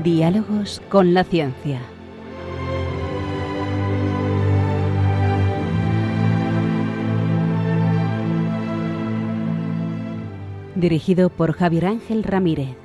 Diálogos con la ciencia. Dirigido por Javier Ángel Ramírez.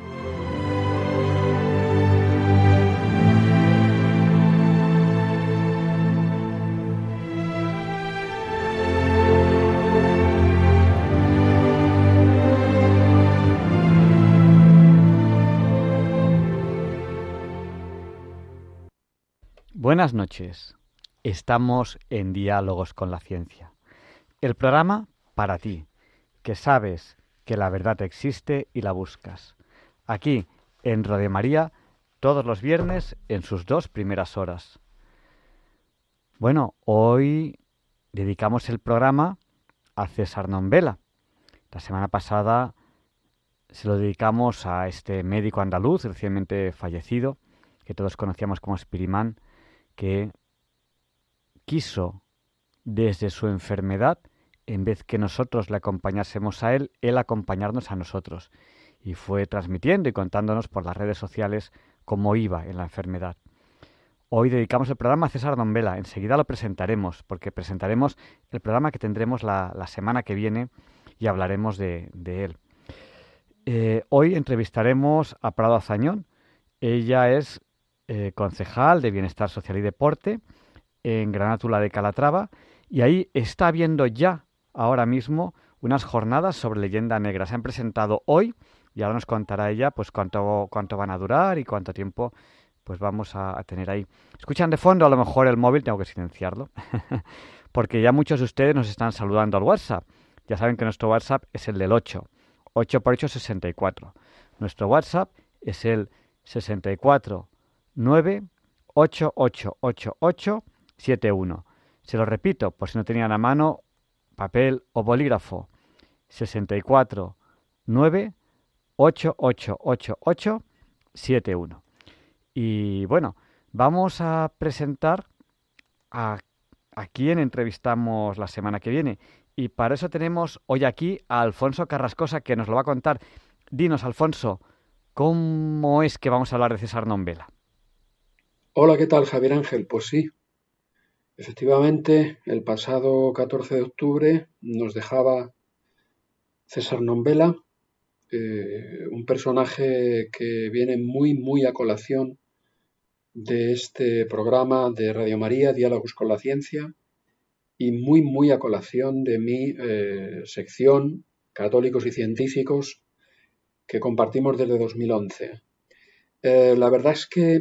Buenas noches. Estamos en Diálogos con la Ciencia. El programa para ti, que sabes que la verdad existe y la buscas. Aquí, en Radio María, todos los viernes en sus 2 primeras horas. Bueno, hoy dedicamos el programa a César Nombela. La semana pasada se lo dedicamos a este médico andaluz recientemente fallecido, que todos conocíamos como Spirimán, que quiso desde su enfermedad, en vez que nosotros le acompañásemos a él acompañarnos a nosotros. Y fue transmitiendo y contándonos por las redes sociales cómo iba en la enfermedad. Hoy dedicamos el programa a César Nombela. Enseguida lo presentaremos, porque presentaremos el programa que tendremos la semana que viene y hablaremos de él. Hoy entrevistaremos a Prado Azañón. Ella es concejal de Bienestar Social y Deporte en Granátula de Calatrava, y ahí está habiendo ya ahora mismo unas jornadas sobre leyenda negra. Se han presentado hoy y ahora nos contará ella pues cuánto van a durar y cuánto tiempo pues vamos a tener ahí. Escuchan de fondo a lo mejor el móvil, tengo que silenciarlo porque ya muchos de ustedes nos están saludando al WhatsApp. Ya saben que nuestro WhatsApp es el del 8 por 8, 64. Nuestro WhatsApp es el 64 9 888871. Se lo repito, por si no tenían a mano papel o bolígrafo. 64 9 888871. Y bueno, vamos a presentar a quién entrevistamos la semana que viene. Y para eso tenemos hoy aquí a Alfonso Carrascosa, que nos lo va a contar. Dinos, Alfonso, ¿cómo es que vamos a hablar de César Nombela? Hola, ¿qué tal, Javier Ángel? Pues sí, efectivamente, el pasado 14 de octubre nos dejaba César Nombela, un personaje que viene muy a colación de este programa de Radio María, Diálogos con la Ciencia, y muy a colación de mi sección Católicos y Científicos que compartimos desde 2011. La verdad es que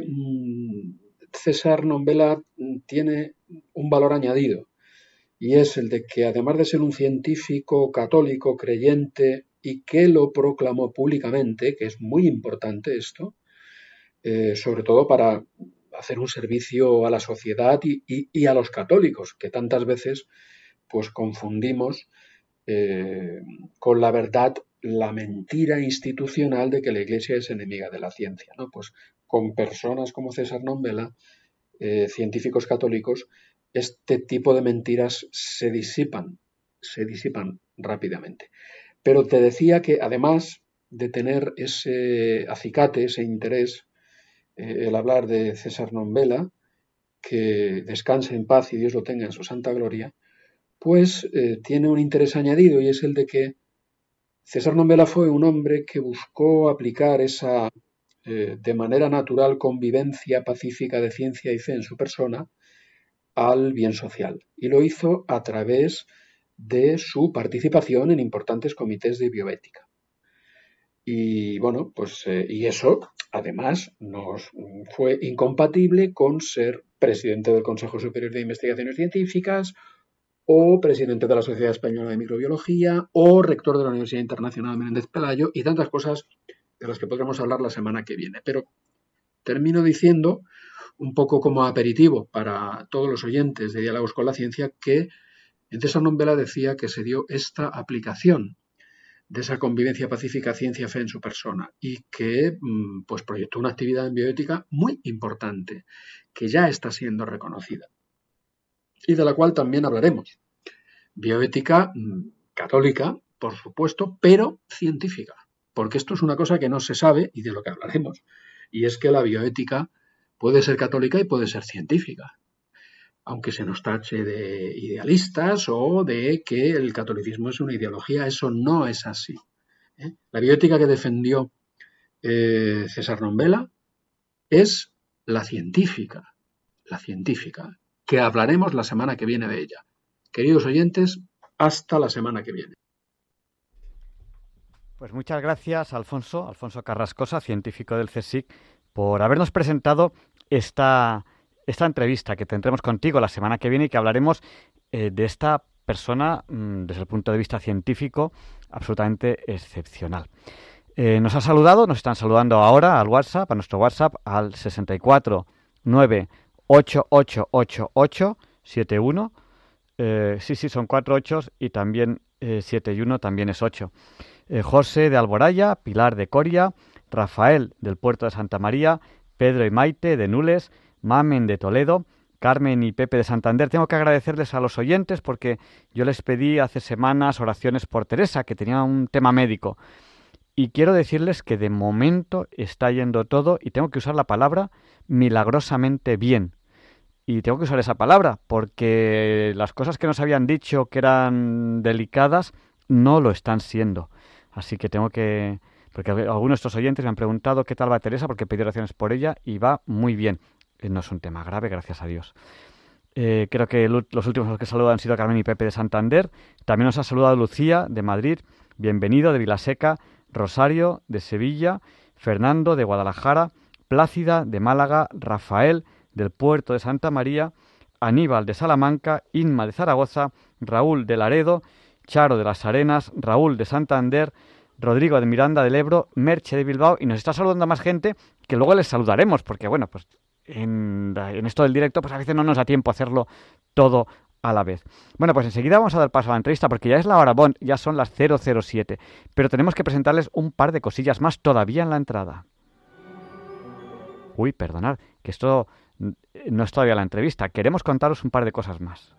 César Nombela tiene un valor añadido, y es el de que, además de ser un científico católico creyente y que lo proclamó públicamente, que es muy importante esto, sobre todo para hacer un servicio a la sociedad y a los católicos, que tantas veces pues confundimos con la verdad la mentira institucional de que la Iglesia es enemiga de la ciencia, ¿no? Pues con personas como César Nombela, científicos católicos, este tipo de mentiras se disipan rápidamente. Pero te decía que, además de tener ese acicate, ese interés, el hablar de César Nombela, que descanse en paz y Dios lo tenga en su santa gloria, pues tiene un interés añadido, y es el de que César Nombela fue un hombre que buscó aplicar esa de manera natural convivencia pacífica de ciencia y fe en su persona al bien social, y lo hizo a través de su participación en importantes comités de bioética. Y bueno, pues y eso además nos fue incompatible con ser presidente del Consejo Superior de Investigaciones Científicas, o presidente de la Sociedad Española de Microbiología, o rector de la Universidad Internacional Menéndez Pelayo, y tantas cosas de las que podremos hablar la semana que viene. Pero termino diciendo, un poco como aperitivo para todos los oyentes de Diálogos con la Ciencia, que en César Nombela decía que se dio esta aplicación de esa convivencia pacífica ciencia-fe en su persona, y que pues proyectó una actividad en bioética muy importante, que ya está siendo reconocida, y de la cual también hablaremos. Bioética católica, por supuesto, pero científica, porque esto es una cosa que no se sabe y de lo que hablaremos. y es que la bioética puede ser católica y puede ser científica, aunque se nos tache de idealistas o de que el catolicismo es una ideología. Eso no es así. La bioética que defendió César Nombela es la científica, que hablaremos la semana que viene de ella. Queridos oyentes, hasta la semana que viene. Pues muchas gracias, Alfonso Carrascosa, científico del CSIC, por habernos presentado esta entrevista que tendremos contigo la semana que viene y que hablaremos de esta persona desde el punto de vista científico absolutamente excepcional. Nos están saludando ahora al WhatsApp, a nuestro WhatsApp, al 64 9888871. Sí, son 4 8 y también 7 y 1 también es 8. José de Alboraya, Pilar de Coria, Rafael del Puerto de Santa María, Pedro y Maite de Nules, Mamen de Toledo, Carmen y Pepe de Santander. Tengo que agradecerles a los oyentes porque yo les pedí hace semanas oraciones por Teresa, que tenía un tema médico. Y quiero decirles que de momento está yendo todo, y tengo que usar la palabra milagrosamente bien. Y tengo que usar esa palabra porque las cosas que nos habían dicho que eran delicadas no lo están siendo. Así que porque algunos de estos oyentes me han preguntado qué tal va Teresa, porque pedí oraciones por ella y va muy bien. No es un tema grave, gracias a Dios. Creo que los últimos a los que saludan han sido Carmen y Pepe de Santander. También nos ha saludado Lucía de Madrid, bienvenido de Vilaseca, Rosario de Sevilla, Fernando de Guadalajara, Plácida de Málaga, Rafael del Puerto de Santa María, Aníbal de Salamanca, Inma de Zaragoza, Raúl de Laredo, Charo de las Arenas, Raúl de Santander, Rodrigo de Miranda del Ebro, Merche de Bilbao, y nos está saludando más gente que luego les saludaremos, porque bueno, pues en esto del directo pues a veces no nos da tiempo a hacerlo todo a la vez. Bueno, pues enseguida vamos a dar paso a la entrevista porque ya es la hora Bond, ya son las 007, pero tenemos que presentarles un par de cosillas más todavía en la entrada. Uy, perdonad, que esto no es todavía la entrevista, queremos contaros un par de cosas más.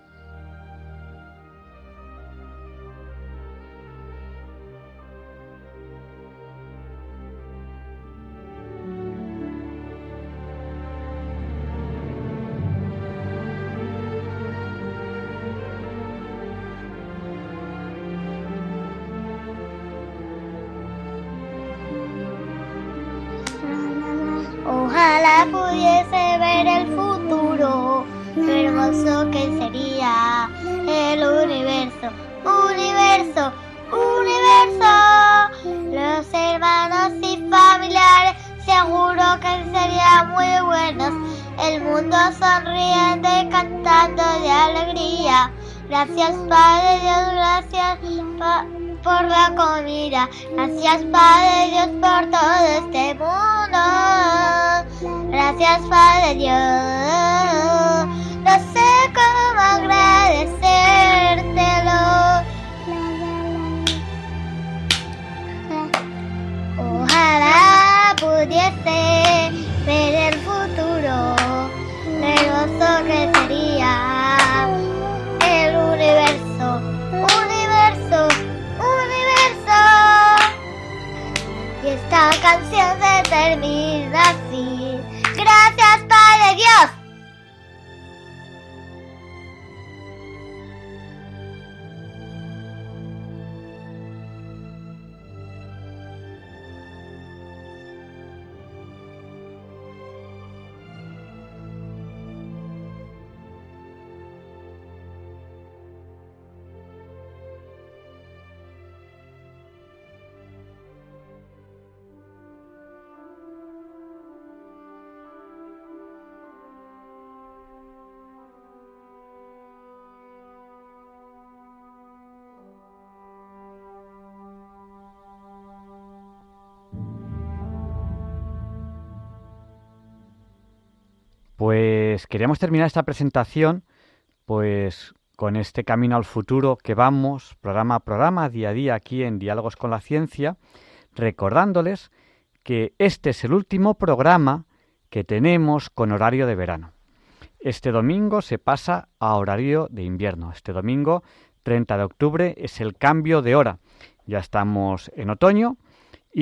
Ojalá pudiese ver el futuro, lo hermoso que sería el universo, universo, universo. Los hermanos y familiares seguro que serían muy buenos. El mundo sonriente cantando de alegría. Gracias Padre Dios, gracias por la comida. Gracias Padre Dios por todo este mundo. Gracias Padre Dios. No sé cómo agradecértelo. Ojalá pudiese ver el futuro, lo hermoso que sería el universo, universo, universo. Y esta canción se termina así. Gracias Padre Dios. Pues queríamos terminar esta presentación pues con este camino al futuro que vamos programa a programa, día a día aquí en Diálogos con la Ciencia, recordándoles que este es el último programa que tenemos con horario de verano. Este domingo se pasa a horario de invierno. Este domingo, 30 de octubre, es el cambio de hora. Ya estamos en otoño y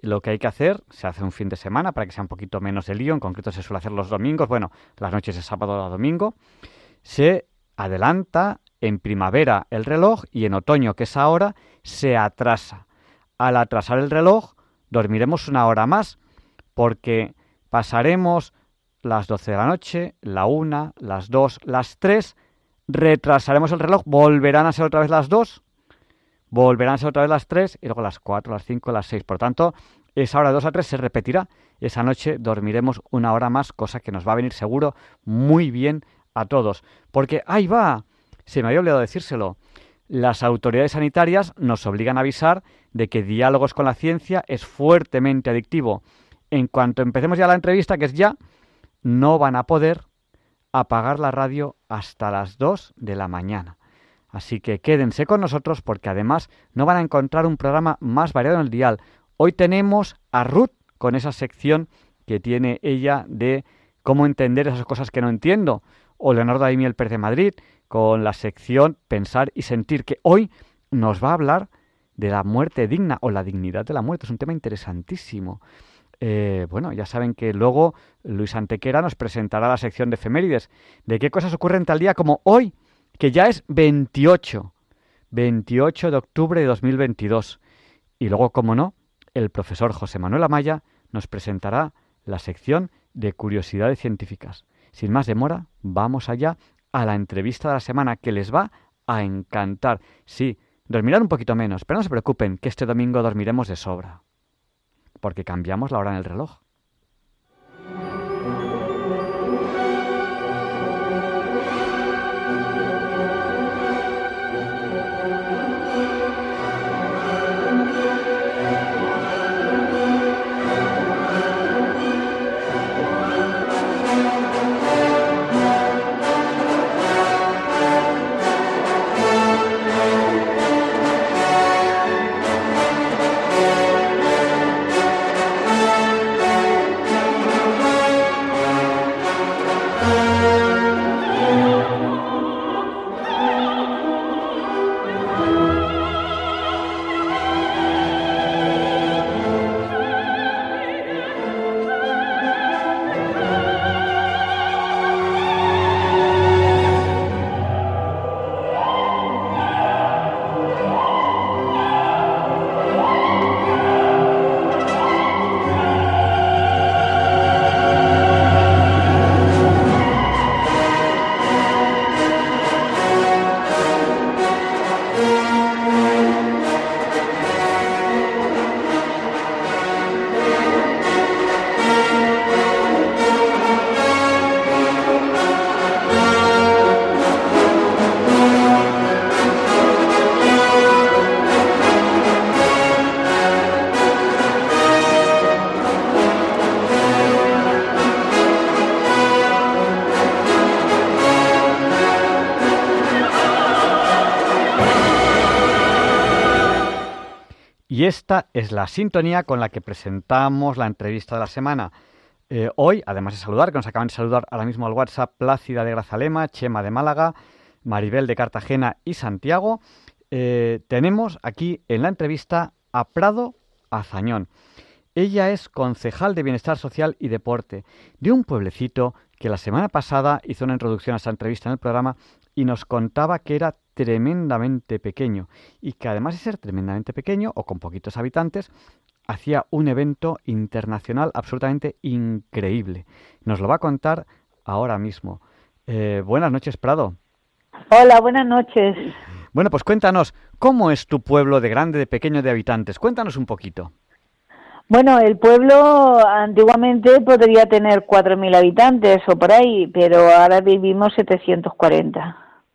lo que hay que hacer, se hace un fin de semana para que sea un poquito menos de lío, en concreto se suele hacer los domingos, bueno, las noches de sábado a domingo, se adelanta en primavera el reloj y en otoño, que es ahora, se atrasa. Al atrasar el reloj, dormiremos una hora más, porque pasaremos las 12 de la noche, la 1, las 2, las 3, retrasaremos el reloj, volverán a ser otra vez las 2, volverán a ser otra vez las 3 y luego las 4, las 5, las 6. Por tanto, esa hora de 2 a 3 se repetirá. Esa noche dormiremos una hora más, cosa que nos va a venir seguro muy bien a todos. Porque ahí va, se me había olvidado decírselo, las autoridades sanitarias nos obligan a avisar de que Diálogos con la Ciencia es fuertemente adictivo. En cuanto empecemos ya la entrevista, que es ya, no van a poder apagar la radio hasta las 2 de la mañana. Así que quédense con nosotros porque además no van a encontrar un programa más variado en el dial. Hoy tenemos a Ruth con esa sección que tiene ella de cómo entender esas cosas que no entiendo. O Leonardo Daimiel Pérez de Madrid con la sección Pensar y Sentir, que hoy nos va a hablar de la muerte digna o la dignidad de la muerte. Es un tema interesantísimo. Bueno, ya saben que luego Luis Antequera nos presentará la sección de efemérides. ¿De qué cosas ocurren tal día como hoy? Que ya es 28 de octubre de 2022. Y luego, como no, el profesor José Manuel Amaya nos presentará la sección de curiosidades científicas. Sin más demora, vamos allá a la entrevista de la semana que les va a encantar. Sí, dormirán un poquito menos, pero no se preocupen que este domingo dormiremos de sobra, porque cambiamos la hora en el reloj. Y esta es la sintonía con la que presentamos la entrevista de la semana. Hoy, además de saludar, que nos acaban de saludar ahora mismo al WhatsApp, Plácida de Grazalema, Chema de Málaga, Maribel de Cartagena y Santiago, tenemos aquí en la entrevista a Prado Azañón. Ella es concejal de Bienestar Social y Deporte de un pueblecito que la semana pasada hizo una introducción a esta entrevista en el programa y nos contaba que era tremendamente pequeño y que además de ser tremendamente pequeño o con poquitos habitantes, hacía un evento internacional absolutamente increíble. Nos lo va a contar ahora mismo. Buenas noches, Prado. Hola, buenas noches. Bueno, pues cuéntanos, ¿cómo es tu pueblo de grande, de pequeño, de habitantes? Cuéntanos un poquito. Bueno, el pueblo antiguamente podría tener 4.000 habitantes o por ahí, pero ahora vivimos 740.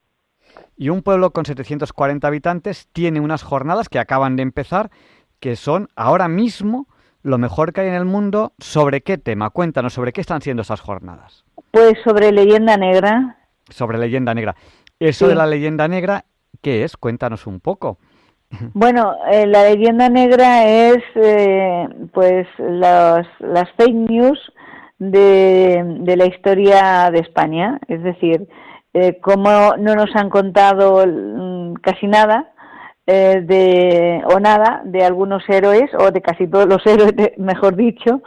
Y un pueblo con 740 habitantes tiene unas jornadas que acaban de empezar, que son ahora mismo lo mejor que hay en el mundo. ¿Sobre qué tema? Cuéntanos, ¿sobre qué están siendo esas jornadas? Pues sobre leyenda negra. Sobre leyenda negra. Eso sí. De la leyenda negra, ¿qué es? Cuéntanos un poco. Bueno, la leyenda negra es pues las fake news de la historia de España, es decir, como no nos han contado casi nada, o nada de algunos héroes, o de casi todos los héroes, mejor dicho,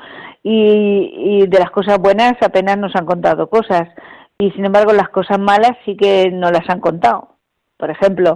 y de las cosas buenas apenas nos han contado cosas, y sin embargo las cosas malas sí que nos las han contado. Por ejemplo,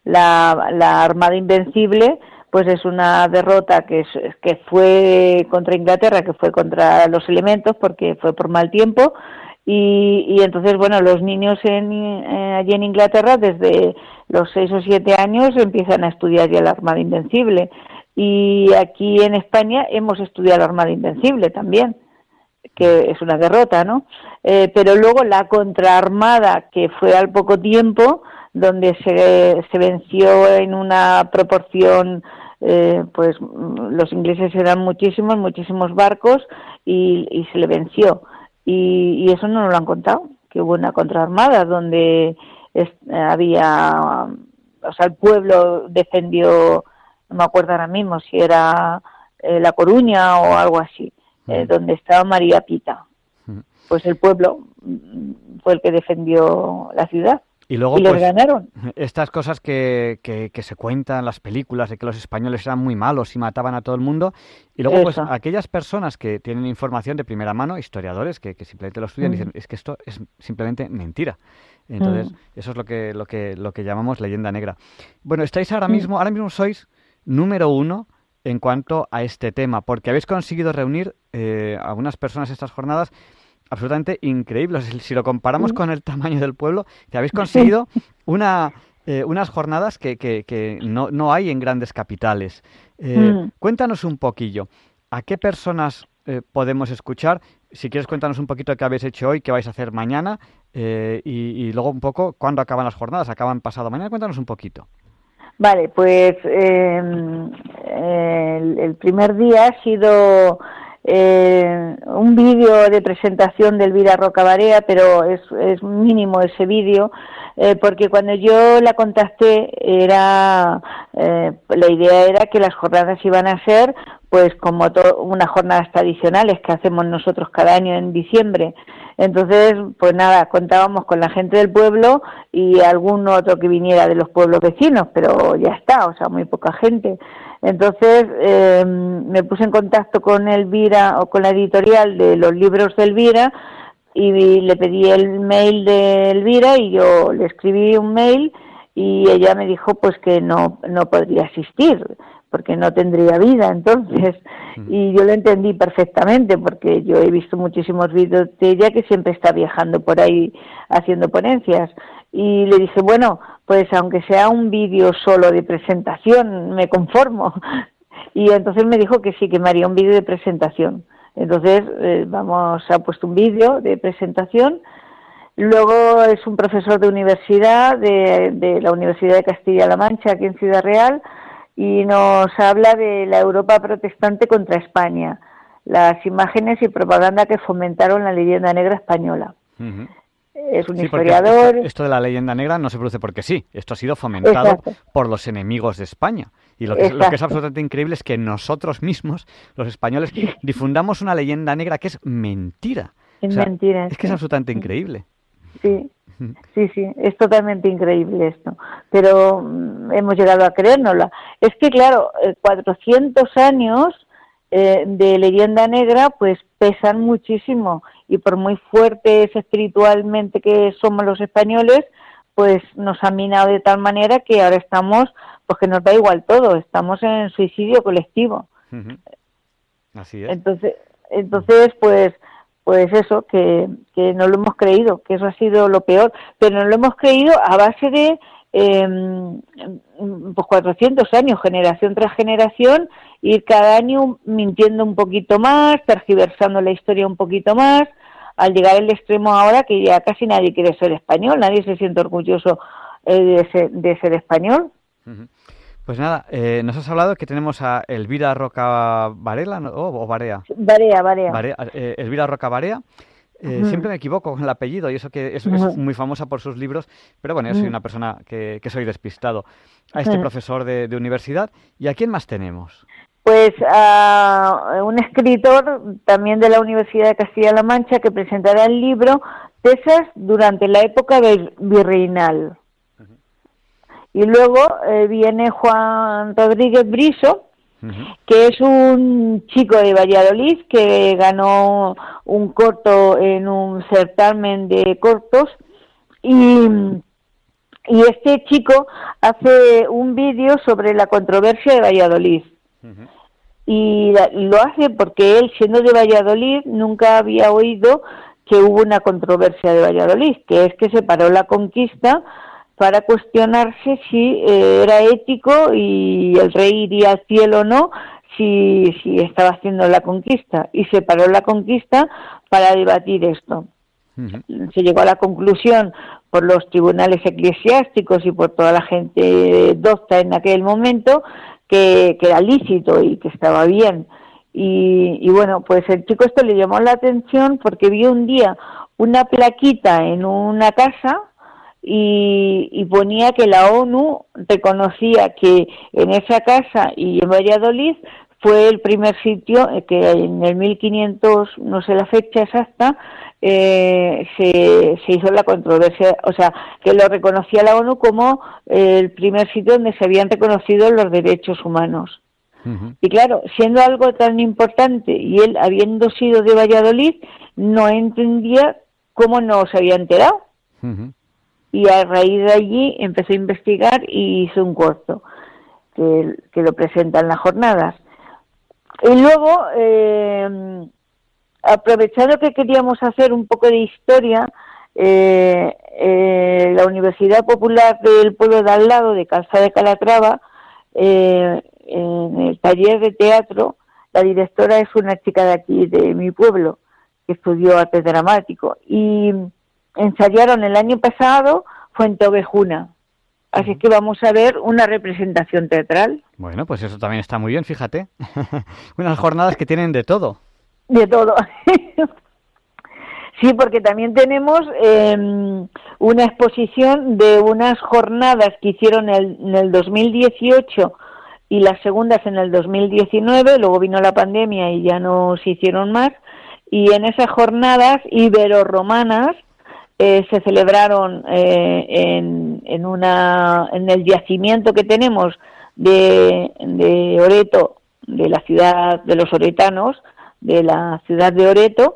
la Armada Invencible, pues es una derrota que fue contra Inglaterra, que fue contra los elementos, porque fue por mal tiempo, y entonces, bueno, los niños allí en Inglaterra, desde los 6 o 7 años, empiezan a estudiar ya la Armada Invencible, y aquí en España hemos estudiado la Armada Invencible también, que es una derrota, ¿no? Pero luego la contraarmada, que fue al poco tiempo, donde se venció en una proporción, pues los ingleses eran muchísimos barcos, y se le venció. Y eso no nos lo han contado, que hubo una contraarmada donde había, o sea, el pueblo defendió, no me acuerdo ahora mismo si era La Coruña o algo así, donde estaba María Pita. Pues el pueblo fue el que defendió la ciudad. Y luego, les ganaron. Estas cosas que se cuentan en las películas de que los españoles eran muy malos y mataban a todo el mundo, y luego pues aquellas personas que tienen información de primera mano, historiadores que simplemente lo estudian, dicen, es que esto es simplemente mentira. Entonces, eso es lo que llamamos leyenda negra. Bueno, estáis ahora mismo sois número 1 en cuanto a este tema, porque habéis conseguido reunir a algunas personas estas jornadas absolutamente increíbles. Si lo comparamos con el tamaño del pueblo, que habéis conseguido unas jornadas que no hay en grandes capitales. Cuéntanos un poquillo, ¿a qué personas podemos escuchar? Si quieres, cuéntanos un poquito qué habéis hecho hoy, qué vais a hacer mañana, y luego un poco cuándo acaban las jornadas. ¿Acaban pasado mañana? Cuéntanos un poquito. Vale, pues el primer día ha sido un vídeo de presentación de Elvira Roca Barea, pero es mínimo ese vídeo, porque cuando yo la contacté la idea era que las jornadas iban a ser pues como unas jornadas tradicionales que hacemos nosotros cada año en diciembre. Entonces, pues nada, contábamos con la gente del pueblo y algún otro que viniera de los pueblos vecinos, pero ya está, o sea, muy poca gente. Entonces, me puse en contacto con Elvira, o con la editorial de los libros de Elvira, y le pedí el mail de Elvira, y yo le escribí un mail, y ella me dijo pues que no podría asistir, porque no tendría vida entonces, y yo lo entendí perfectamente, porque yo he visto muchísimos vídeos de ella que siempre está viajando por ahí haciendo ponencias, y le dije, bueno, pues aunque sea un vídeo solo de presentación, me conformo, y entonces me dijo que sí, que me haría un vídeo de presentación. Entonces, ha puesto un vídeo de presentación. Luego es un profesor de universidad, de la Universidad de Castilla-La Mancha, aquí en Ciudad Real, y nos habla de la Europa protestante contra España, las imágenes y propaganda que fomentaron la leyenda negra española. Es un historiador. Esto de la leyenda negra no se produce porque sí, esto ha sido fomentado por los enemigos de España. Y lo que es absolutamente increíble es que nosotros mismos, los españoles, difundamos una leyenda negra que es mentira. Mentira. Es que es absolutamente increíble. Sí, es totalmente increíble esto, pero hemos llegado a creérnosla. Es que claro, 400 años de leyenda negra pues pesan muchísimo, y por muy fuertes espiritualmente que somos los españoles, pues nos han minado de tal manera que ahora estamos, pues que nos da igual todo, estamos en suicidio colectivo. Así es. Entonces pues eso, que no lo hemos creído, que eso ha sido lo peor, pero no lo hemos creído a base de pues 400 años, generación tras generación, ir cada año mintiendo un poquito más, tergiversando la historia un poquito más, al llegar al extremo ahora que ya casi nadie quiere ser español, nadie se siente orgulloso de ser español. Pues nada, nos has hablado que tenemos a Elvira Roca Varela, ¿no? ¿O Barea? Barea. Elvira Roca Barea. Siempre me equivoco con el apellido, y eso que es muy famosa por sus libros, pero bueno, yo soy una persona que soy despistado. A este profesor de universidad. ¿Y a quién más tenemos? Pues a un escritor también de la Universidad de Castilla-La Mancha que presentará el libro Tesas durante la época virreinal. Y luego viene Juan Rodríguez Briso, que es un chico de Valladolid que ganó un corto en un certamen de cortos, y este chico hace un vídeo sobre la controversia de Valladolid. Y lo hace porque él, siendo de Valladolid, nunca había oído que hubo una controversia de Valladolid, que es que se paró la conquista para cuestionarse si era ético y el rey iría al cielo o no si estaba haciendo la conquista, y se paró la conquista para debatir esto. Se llegó a la conclusión por los tribunales eclesiásticos y por toda la gente docta en aquel momento que era lícito y que estaba bien. Y bueno, pues el chico esto le llamó la atención porque vio un día una plaquita en una casa y ponía que la ONU reconocía que en esa casa y en Valladolid fue el primer sitio que en el 1500, no sé la fecha exacta, se hizo la controversia, o sea, que lo reconocía la ONU como el primer sitio donde se habían reconocido los derechos humanos. Y claro, siendo algo tan importante y él habiendo sido de Valladolid, no entendía cómo no se había enterado. Y a raíz de allí empezó a investigar y hizo un corto que lo presenta en las jornadas. Y luego, aprovechando que queríamos hacer un poco de historia, la Universidad Popular del pueblo de al lado, de Calzada de Calatrava, en el taller de teatro, la directora es una chica de aquí, de mi pueblo, que estudió arte dramático, y ensayaron el año pasado Fuenteovejuna. Así que vamos a ver una representación teatral. Bueno, pues eso también está muy bien, fíjate. Unas jornadas que tienen de todo. De todo. Sí, porque también tenemos una exposición de unas jornadas que hicieron en el 2018 y las segundas en el 2019, luego vino la pandemia y ya no se hicieron más, y en esas jornadas ibero-romanas se celebraron en el yacimiento que tenemos de Oreto, de la ciudad de los oretanos, de la ciudad de Oreto,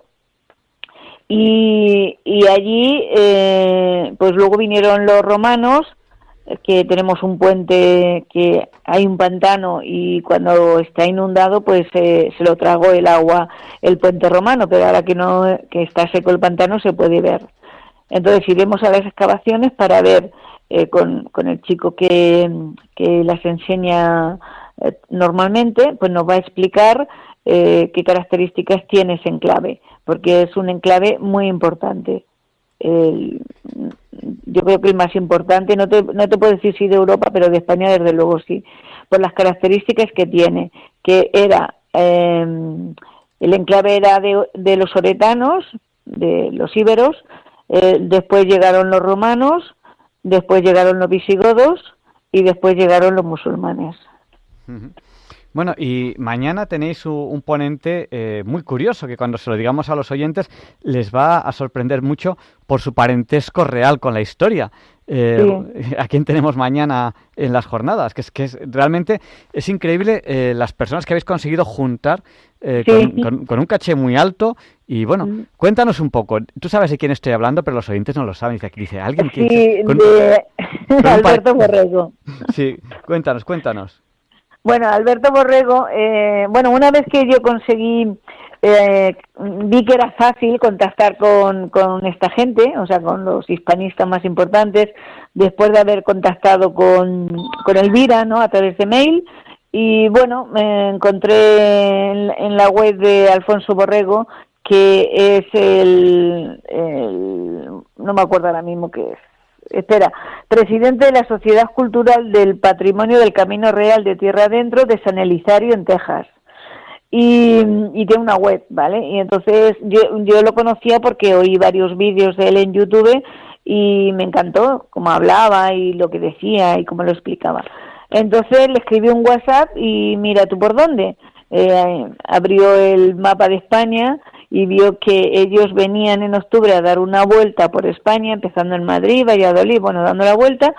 y allí pues luego vinieron los romanos, que tenemos un puente, que hay un pantano y cuando está inundado pues se lo tragó el agua el puente romano, pero ahora que está seco el pantano se puede ver. Entonces iremos a las excavaciones para ver con el chico que las enseña normalmente, pues nos va a explicar qué características tiene ese enclave, porque es un enclave muy importante. Yo creo que el más importante, no te puedo decir si de Europa, pero de España desde luego sí, por las características que tiene, que era el enclave era de los oretanos, de los íberos, después llegaron los romanos, después llegaron los visigodos y después llegaron los musulmanes. Bueno, y mañana tenéis un ponente muy curioso que cuando se lo digamos a los oyentes les va a sorprender mucho por su parentesco real con la historia. Sí. ¿A quién tenemos mañana en las jornadas? Que realmente es increíble las personas que habéis conseguido juntar con un caché muy alto. Y bueno, cuéntanos un poco. Tú sabes de quién estoy hablando, pero los oyentes no lo saben. Dice alguien que... Sí, de Alberto Borrego. Sí, cuéntanos. Bueno, Alberto Borrego, una vez que yo conseguí, vi que era fácil contactar con esta gente, o sea, con los hispanistas más importantes, después de haber contactado con Elvira, ¿no?, a través de mail, y bueno, me encontré en la web de Alfonso Borrego, que es no me acuerdo ahora mismo qué es, presidente de la Sociedad Cultural del Patrimonio del Camino Real de Tierra Adentro de San Elizario, en Texas. Y tiene una web, ¿vale? Y entonces yo lo conocía porque oí varios vídeos de él en YouTube y me encantó cómo hablaba y lo que decía y cómo lo explicaba. Entonces le escribí un WhatsApp y mira tú por dónde. Abrió el mapa de España y vio que ellos venían en octubre a dar una vuelta por España, empezando en Madrid, Valladolid, dando la vuelta,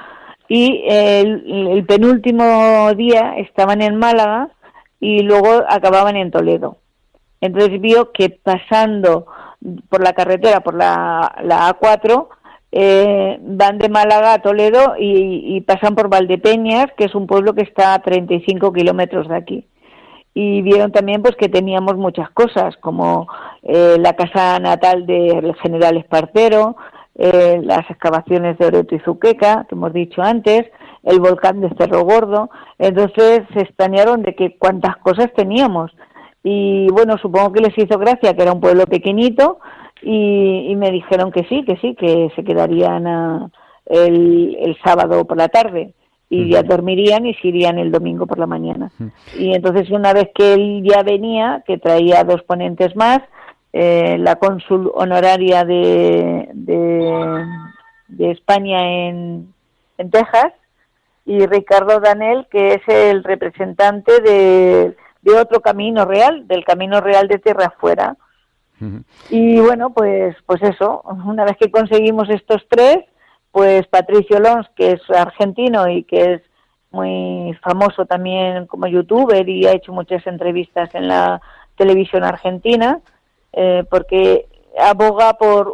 y el penúltimo día estaban en Málaga y luego acababan en Toledo. Entonces vio que pasando por la carretera, por la A4, van de Málaga a Toledo y pasan por Valdepeñas, que es un pueblo que está a 35 kilómetros de aquí. Y vieron también pues que teníamos muchas cosas, como la casa natal del general Espartero, las excavaciones de Oreto y Zuqueca, que hemos dicho antes, el volcán de Cerro Gordo. Entonces se extrañaron de que cuántas cosas teníamos. Y bueno, supongo que les hizo gracia, que era un pueblo pequeñito, y me dijeron que sí, que se quedarían el sábado por la tarde. Y ya dormirían y se irían el domingo por la mañana. Y entonces una vez que él ya venía, que traía 2 ponentes más, la cónsul honoraria de España en Texas, y Ricardo Danel, que es el representante de otro camino real, del Camino Real de Tierra Afuera. Y bueno, pues eso, una vez que conseguimos estos 3, pues Patricio Lons, que es argentino y que es muy famoso también como youtuber y ha hecho muchas entrevistas en la televisión argentina, porque aboga por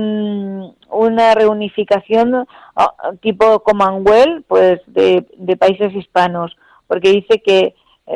una reunificación tipo Commonwealth, pues de países hispanos, porque dice que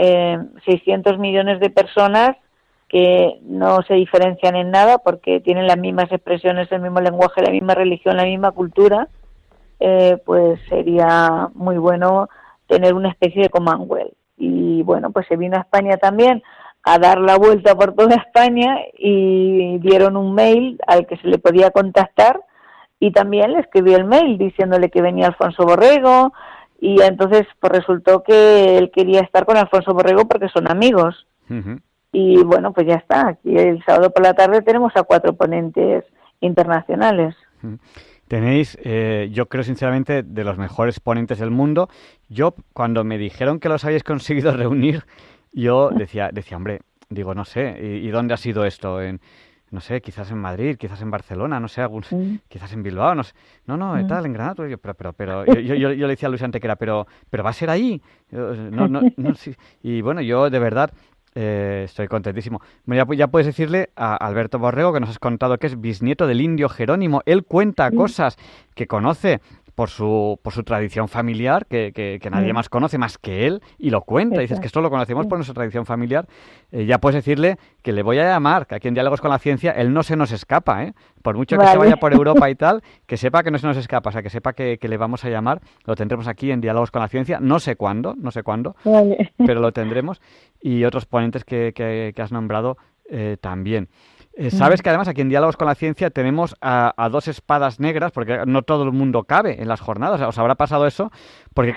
600 millones de personas que no se diferencian en nada porque tienen las mismas expresiones, el mismo lenguaje, la misma religión, la misma cultura, pues sería muy bueno tener una especie de Commonwealth. Y bueno, pues se vino a España también a dar la vuelta por toda España y dieron un mail al que se le podía contactar, y también le escribió el mail diciéndole que venía Alfonso Borrego, y entonces pues resultó que él quería estar con Alfonso Borrego porque son amigos. Y bueno, pues ya está, aquí el sábado por la tarde tenemos a 4 ponentes internacionales. Tenéis, yo creo sinceramente, de los mejores ponentes del mundo. Yo, cuando me dijeron que los habéis conseguido reunir, yo decía, hombre, digo, no sé, ¿y dónde ha sido esto? No sé, quizás en Madrid, quizás en Barcelona, no sé, quizás en Bilbao, no sé. No, tal, en Granada. Pero yo le decía a Luis Antequera, pero va a ser ahí. No, sí. Y bueno, yo de verdad estoy contentísimo. Bueno, ya puedes decirle a Alberto Borrego, que nos has contado que es bisnieto del indio Jerónimo. Él cuenta cosas que conoce por su tradición familiar, que nadie más conoce más que él, y lo cuenta. Dices que esto lo conocemos por nuestra tradición familiar. Ya puedes decirle que le voy a llamar, que aquí en Diálogos con la Ciencia él no se nos escapa, ¿eh? Por mucho que se vaya por Europa y tal, que sepa que no se nos escapa, o sea, que sepa que le vamos a llamar. Lo tendremos aquí en Diálogos con la Ciencia, no sé cuándo, pero lo tendremos. Y otros ponentes que has nombrado también. Sabes que además aquí en Diálogos con la Ciencia tenemos a 2 espadas negras, porque no todo el mundo cabe en las jornadas. ¿Os habrá pasado eso? Porque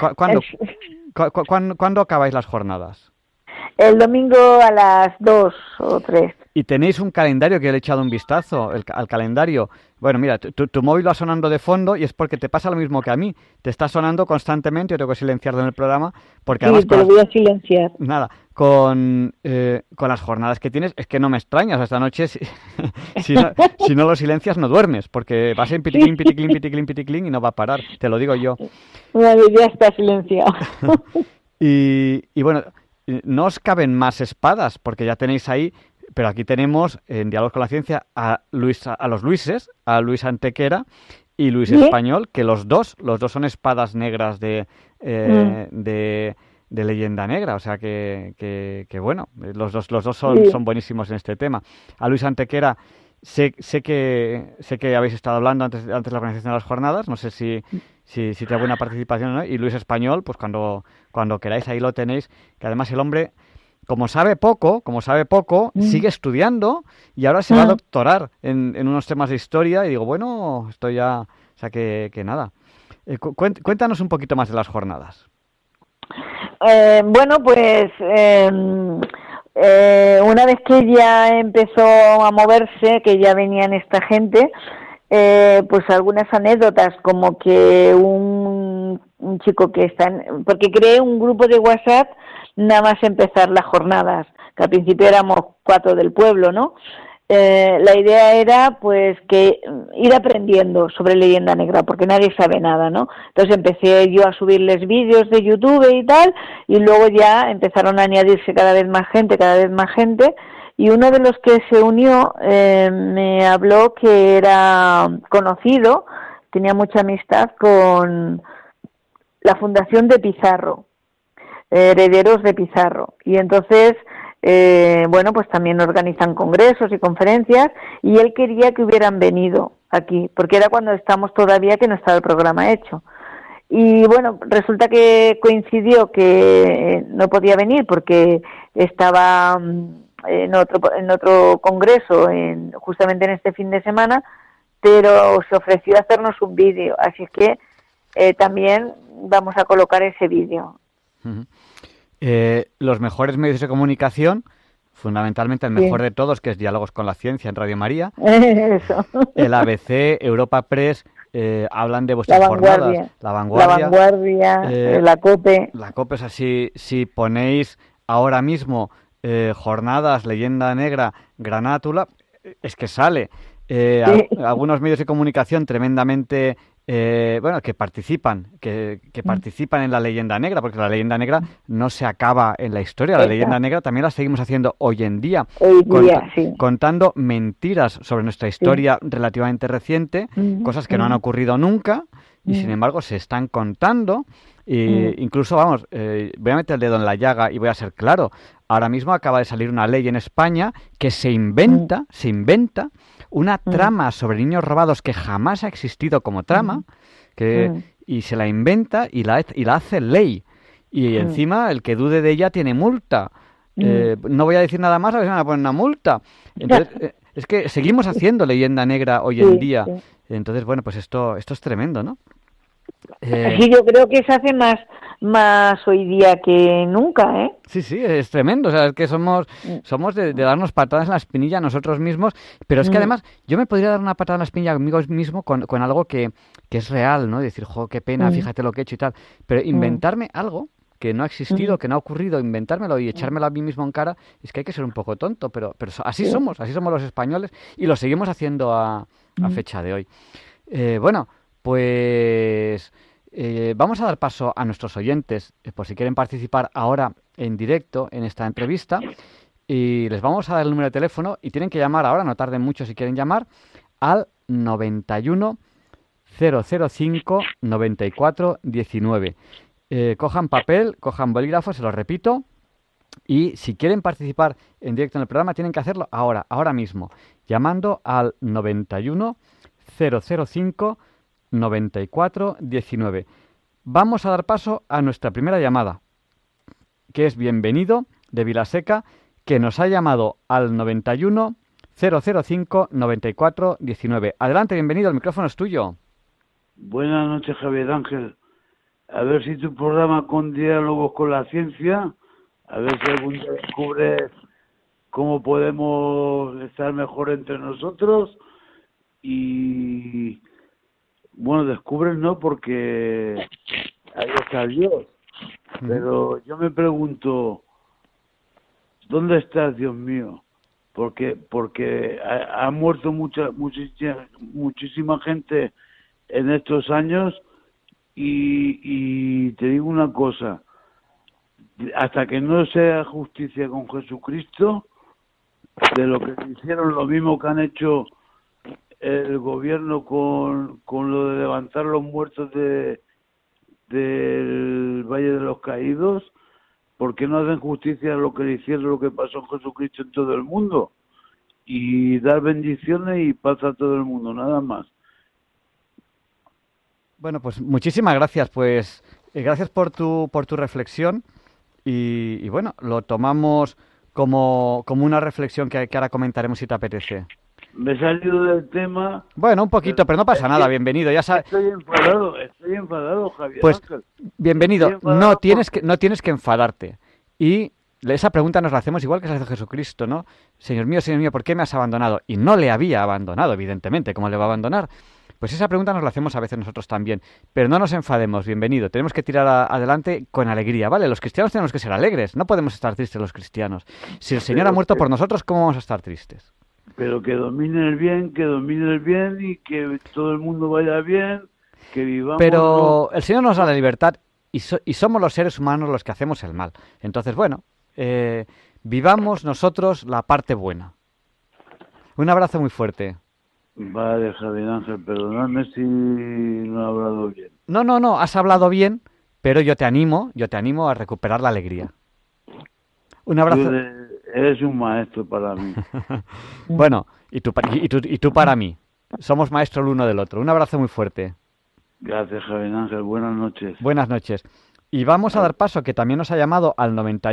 ¿cuándo acabáis las jornadas? El domingo a las 2 o 3. Y tenéis un calendario, que le he echado un vistazo al calendario. Bueno, mira, tu móvil va sonando de fondo y es porque te pasa lo mismo que a mí. Te está sonando constantemente, yo tengo que silenciarlo en el programa. Porque sí, además te lo voy a silenciar. Nada, con las jornadas que tienes, es que no me extrañas. Esta noche, si no lo silencias, no duermes, porque vas en piticlin, piticlin, piticlin, piticlin y no va a parar, te lo digo yo. Vale, ya está silenciado. Y bueno, no os caben más espadas, porque ya tenéis ahí, pero aquí tenemos en Diálogos con la Ciencia a los Luises, a Luis Antequera y Luis Español, que los dos son espadas negras de leyenda negra, o sea que bueno, los dos son buenísimos en este tema. A Luis Antequera sé que habéis estado hablando antes de la organización de las jornadas, no sé si tiene buena participación, ¿no? Y Luis Español, pues cuando queráis ahí lo tenéis, que además el hombre, como sabe poco, sigue estudiando y ahora se va a doctorar en unos temas de historia, y digo, bueno, esto ya, o sea que nada. Cuéntanos un poquito más de las jornadas. Bueno, pues una vez que ya empezó a moverse, que ya venían esta gente, pues algunas anécdotas, como que un chico que está porque creé un grupo de WhatsApp nada más empezar las jornadas, que al principio éramos 4 del pueblo, ¿no? la idea era pues que ir aprendiendo sobre Leyenda Negra, porque nadie sabe nada, ¿no? Entonces empecé yo a subirles vídeos de YouTube y tal, y luego ya empezaron a añadirse cada vez más gente, y uno de los que se unió me habló que era conocido, tenía mucha amistad con la Fundación de Pizarro, Herederos de Pizarro, y entonces bueno, pues también organizan congresos y conferencias, y él quería que hubieran venido aquí, porque era cuando estamos todavía que no estaba el programa hecho. Y bueno, resulta que coincidió que no podía venir porque estaba en otro congreso justamente en este fin de semana, pero se ofreció a hacernos un vídeo, así que también vamos a colocar ese vídeo. Uh-huh. Los mejores medios de comunicación, fundamentalmente el mejor de todos, que es Diálogos con la Ciencia en Radio María. Eso. El ABC, Europa Press, hablan de vuestras jornadas. La Vanguardia, la COPE. La COPE, o sea, si ponéis ahora mismo jornadas, Leyenda Negra, Granátula, es que sale. Algunos medios de comunicación tremendamente que participan en la Leyenda Negra, porque la Leyenda Negra no se acaba en la historia. La Leyenda Negra también la seguimos haciendo hoy en día, contando mentiras sobre nuestra historia relativamente reciente, cosas que no han ocurrido nunca y sin embargo se están contando. Incluso, voy a meter el dedo en la llaga y voy a ser claro. Ahora mismo acaba de salir una ley en España que se inventa una trama sobre niños robados que jamás ha existido como trama, y se la inventa y la hace ley. Y encima el que dude de ella tiene multa. No voy a decir nada más, a ver si me van a poner una multa. Entonces, es que seguimos haciendo Leyenda Negra hoy en día. Entonces, bueno, pues esto es tremendo, ¿no? Sí, yo creo que se hace más hoy día que nunca, ¿eh? Sí, es tremendo. O sea, es que somos de darnos patadas en la espinilla nosotros mismos, pero es que además yo me podría dar una patada en la espinilla conmigo mismo con algo que es real, ¿no? Decir, qué pena, fíjate lo que he hecho y tal. Pero inventarme algo que no ha existido, que no ha ocurrido, inventármelo y echármelo a mí mismo en cara, es que hay que ser un poco tonto, pero así somos los españoles y lo seguimos haciendo a fecha de hoy. Pues vamos a dar paso a nuestros oyentes, por si quieren participar ahora en directo en esta entrevista, y les vamos a dar el número de teléfono y tienen que llamar ahora, no tarden mucho si quieren llamar, al 91 005 94 19. Cojan papel, cojan bolígrafo, se los repito, y si quieren participar en directo en el programa tienen que hacerlo ahora mismo, llamando al 91 005 94 19. Vamos a dar paso a nuestra primera llamada, que es Bienvenido de Vilaseca, que nos ha llamado al 91 005 94 19. Adelante, Bienvenido, el micrófono es tuyo. Buenas noches, Javier Ángel. A ver si tu programa con Diálogos con la Ciencia, a ver si algún día descubres cómo podemos estar mejor entre nosotros y... Bueno, descubres no, porque ahí está Dios. Pero yo me pregunto, ¿dónde estás, Dios mío? Porque ha muerto muchísima gente en estos años y te digo una cosa, hasta que no sea justicia con Jesucristo, de lo que hicieron lo mismo que han hecho el gobierno con lo de levantar los muertos del Valle de los Caídos, ¿por qué no hacen justicia a lo que le hicieron, lo que pasó en Jesucristo en todo el mundo? Y dar bendiciones y paz a todo el mundo, nada más. Bueno, pues muchísimas gracias, gracias por tu reflexión y bueno, lo tomamos como una reflexión que ahora comentaremos si te apetece. Me he salido del tema. Bueno, un poquito, pero no pasa nada, Bienvenido. Ya sabes. Estoy enfadado, Javier. Pues, Ángel. Bienvenido. No tienes que enfadarte. Y esa pregunta nos la hacemos igual que se la hizo Jesucristo, ¿no? Señor mío, ¿por qué me has abandonado? Y no le había abandonado, evidentemente, ¿cómo le va a abandonar? Pues esa pregunta nos la hacemos a veces nosotros también. Pero no nos enfademos, Bienvenido. Tenemos que tirar adelante con alegría, ¿vale? Los cristianos tenemos que ser alegres. No podemos estar tristes los cristianos. Si el Señor ha muerto por nosotros, ¿cómo vamos a estar tristes? pero que domine el bien y que todo el mundo vaya bien, que vivamos... Pero el Señor nos da la libertad y somos los seres humanos los que hacemos el mal. Entonces, bueno, vivamos nosotros la parte buena. Un abrazo muy fuerte. Vale, Javier Ángel, perdóname si no he hablado bien. No, has hablado bien, pero yo te animo a recuperar la alegría. Un abrazo. Eres un maestro para mí. Bueno, y tú para mí. Somos maestros el uno del otro. Un abrazo muy fuerte. Gracias, Javier Ángel. Buenas noches. Buenas noches. Y vamos a dar paso, que también nos ha llamado al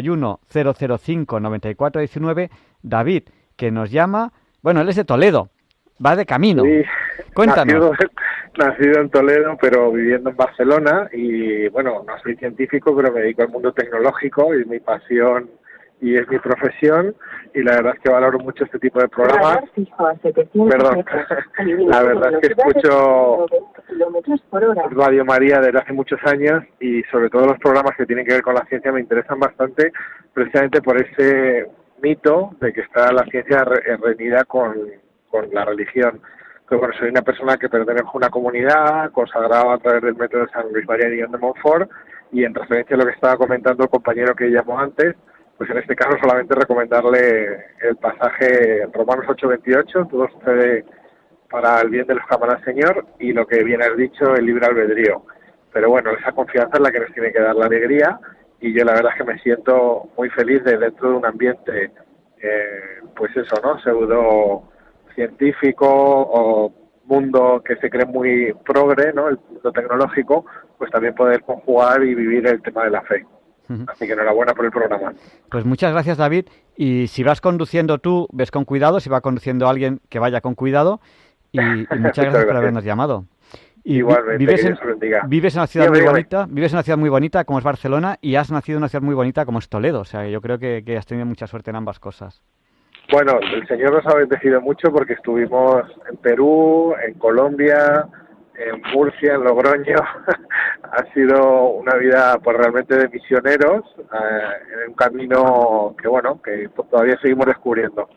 91-005-9419, David, que nos llama... Bueno, él es de Toledo. Va de camino. Sí, Cuéntanos. Nacido en Toledo, pero viviendo en Barcelona. Y bueno, no soy científico, pero me dedico al mundo tecnológico y mi pasión y es mi profesión, y la verdad es que valoro mucho este tipo de programas. Perdón, la verdad es que escucho Radio María desde hace muchos años y sobre todo los programas que tienen que ver con la ciencia me interesan bastante, precisamente por ese mito de que está la ciencia reñida con la religión. Pero bueno, soy una persona que pertenece a una comunidad consagrada a través del método de San Luis María Guillón de Montfort, y en referencia a lo que estaba comentando el compañero que llamó antes, pues en este caso solamente recomendarle el pasaje en Romanos 8:28, todo sucede para el bien de los que aman al Señor, y lo que bien has dicho, el libre albedrío. Pero bueno, esa confianza es la que nos tiene que dar la alegría, y yo la verdad es que me siento muy feliz de dentro de un ambiente, pues eso, ¿no?, pseudo científico o mundo que se cree muy progre, ¿no?, el mundo tecnológico, pues también poder conjugar y vivir el tema de la fe. Así que enhorabuena por el programa. Pues muchas gracias, David. Y si vas conduciendo tú, ves con cuidado. Si va conduciendo alguien, que vaya con cuidado. Y muchas gracias por habernos llamado. Y igualmente, vives en una ciudad muy bonita, vives en una ciudad muy bonita como es Barcelona, y has nacido en una ciudad muy bonita como es Toledo. O sea, yo creo que has tenido mucha suerte en ambas cosas. Bueno, el Señor nos ha bendecido mucho porque estuvimos en Perú, en Colombia, en Murcia, en Logroño. Ha sido una vida pues realmente de misioneros, en un camino que bueno, que todavía seguimos descubriendo.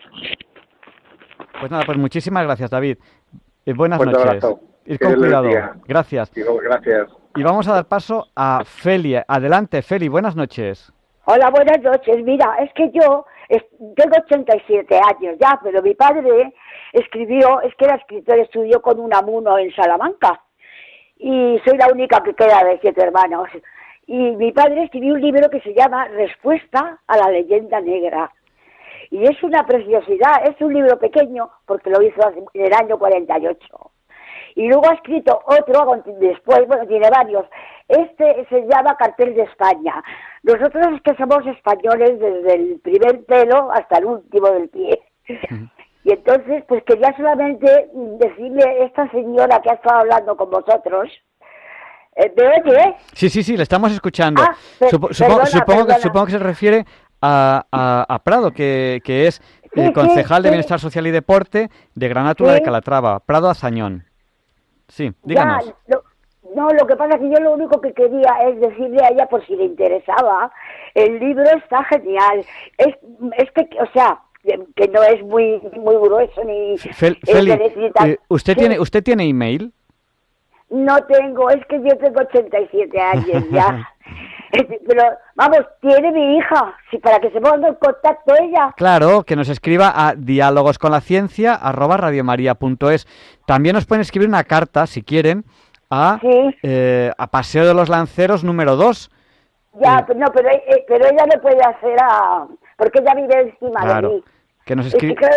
Pues nada, pues muchísimas gracias, David. Buenas Fuerte noches. abrazo. Ir con cuidado. Gracias. Digo, gracias. Y vamos a dar paso a Feli. Adelante, Feli, buenas noches. Hola, buenas noches. Mira, es que yo tengo 87 años ya, pero mi padre escribió, es que era escritor, estudió con Unamuno en Salamanca, y soy la única que queda de 7 hermanos. Y mi padre escribió un libro que se llama Respuesta a la leyenda negra. Y es una preciosidad, es un libro pequeño, porque lo hizo en el año 48. Y luego ha escrito otro después, bueno, tiene varios. Este se llama Cartel de España. Nosotros es que somos españoles desde el primer pelo hasta el último del pie. Y entonces, pues quería solamente decirle a esta señora que ha estado hablando con vosotros. ¿Me oye? Sí, le estamos escuchando. Perdona. Supongo que se refiere a Prado, que es concejal de Bienestar Social y Deporte de Granátula de Calatrava, Prado Azañón. Sí, díganos. No, lo que pasa es que yo lo único que quería es decirle a ella, por si le interesaba, el libro está genial. Es que, o sea, que no es muy grueso ni... Feli, ¿usted tiene email? No tengo, es que yo tengo 87 años ya. Pero, vamos, tiene mi hija, para que se ponga en contacto ella. Claro, que nos escriba a dialogosconlaciencia@radiomaria.es. También nos pueden escribir una carta, si quieren, a Paseo de los Lanceros número 2. Ya, pero ella lo puede hacer porque ella vive encima de mí. Que nos escriba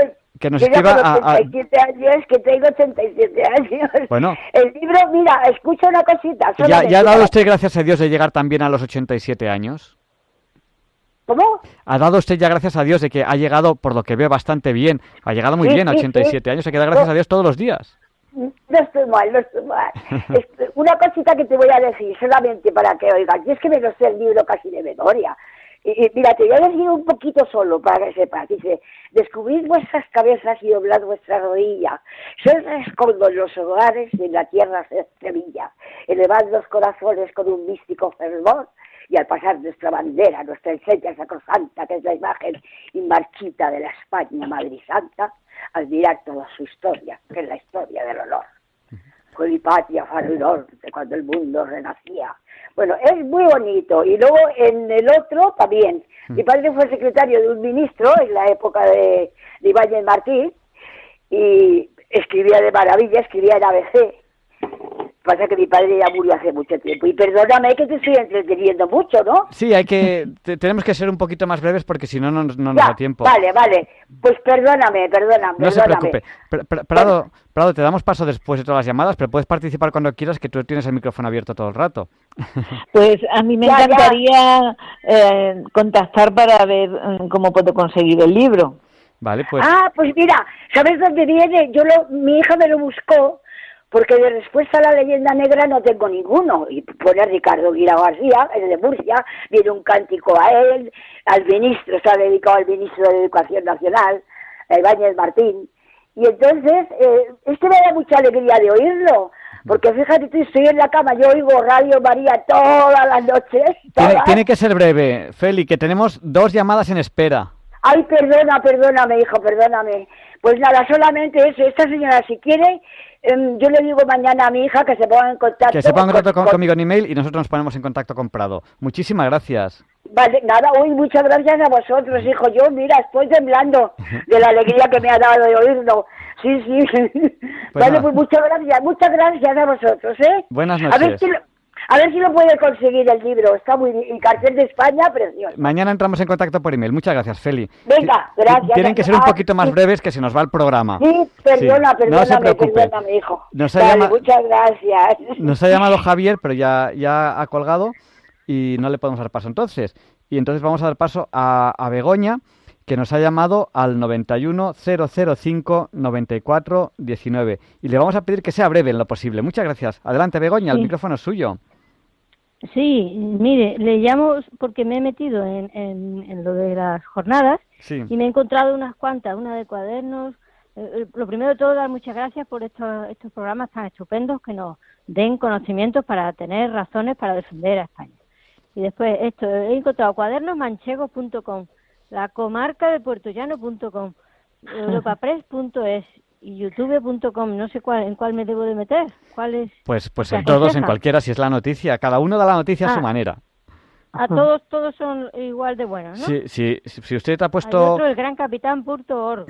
a 87 años, que tengo 87 años. Bueno. El libro, mira, escucha una cosita. ¿Ya ha dado usted gracias a Dios de llegar también a los 87 años? ¿Cómo? ¿Ha dado usted ya gracias a Dios de que ha llegado, por lo que veo, bastante bien? Ha llegado muy bien a 87 años, hay que dar gracias a Dios todos los días. No estoy mal. Una cosita que te voy a decir, solamente para que oigas. Y es que me lo sé el libro casi de memoria. Y mira, te voy a decir un poquito solo para que sepas. Dice: descubrid vuestras cabezas y doblad vuestra rodilla. Sois rescoldos los hogares de la tierra semilla. Elevad los corazones con un místico fervor. Y al pasar nuestra bandera, nuestra enseña sacrosanta, que es la imagen inmarchita de la España Madre Santa, admirar toda su historia, que es la historia del honor. Con mi patria, faro y norte, cuando el mundo renacía. Bueno, es muy bonito. Y luego en el otro también. Mi padre fue secretario de un ministro en la época de Ibáñez Martín y escribía de maravilla, escribía en ABC. Pasa que mi padre ya murió hace mucho tiempo. Y perdóname que te estoy entreteniendo mucho, ¿no? Sí, tenemos que ser un poquito más breves porque si no, no nos da tiempo. Vale. Pues perdóname. No se preocupe. Prado, te damos paso después de todas las llamadas, pero puedes participar cuando quieras, que tú tienes el micrófono abierto todo el rato. Pues a mí me encantaría contactar para ver cómo puedo conseguir el libro. Vale, pues... Pues mira, ¿sabes dónde viene? Mi hija me lo buscó, porque de respuesta a la leyenda negra no tengo ninguno. Y pone Ricardo Guirao García, el de Murcia, viene un cántico a él, al ministro, está dedicado al ministro de Educación Nacional, a Ibáñez Martín. Y entonces, me da mucha alegría de oírlo, porque fíjate tú, estoy en la cama, yo oigo Radio María todas las noches. Tiene que ser breve, Feli, que tenemos 2 llamadas en espera. Ay, perdóname, hijo, perdóname. Pues nada, solamente eso. Esta señora, si quiere, yo le digo mañana a mi hija que se ponga en contacto. Que se ponga en contacto conmigo en email y nosotros nos ponemos en contacto con Prado. Muchísimas gracias. Vale, nada, muchas gracias a vosotros, hijo. Yo, mira, estoy temblando de la alegría que me ha dado de oírlo. Sí. Pues vale, pues muchas gracias a vosotros, ¿eh? Buenas noches. A ver si lo puede conseguir el libro. Está muy bien. Y cartel de España, precioso. Mañana entramos en contacto por email. Muchas gracias, Feli. Venga, gracias. Tienen que ser un poquito más breves, que se nos va el programa. Sí, perdóname, no se preocupe. Perdóname, hijo. Muchas gracias. Nos ha llamado Javier, pero ya ha colgado y no le podemos dar paso entonces. Y entonces vamos a dar paso a Begoña, que nos ha llamado al 91-005-94-19. Y le vamos a pedir que sea breve en lo posible. Muchas gracias. Adelante, Begoña, el micrófono es suyo. Sí, mire, le llamo porque me he metido en lo de las jornadas y me he encontrado unas cuantas, una de cuadernos. Lo primero de todo, dar muchas gracias por estos programas tan estupendos que nos den conocimientos para tener razones para defender a España. Y después he encontrado cuadernosmanchegos.com, la comarca de puertollano.com, europapress.es y youtube.com. No sé en cuál me debo de meter. ¿Cuál es? Pues en todos, en cualquiera, si es la noticia. Cada uno da la noticia a su manera. A todos son igual de buenos, ¿no? Sí, si usted ha puesto... Hay otro, el grancapitán.org.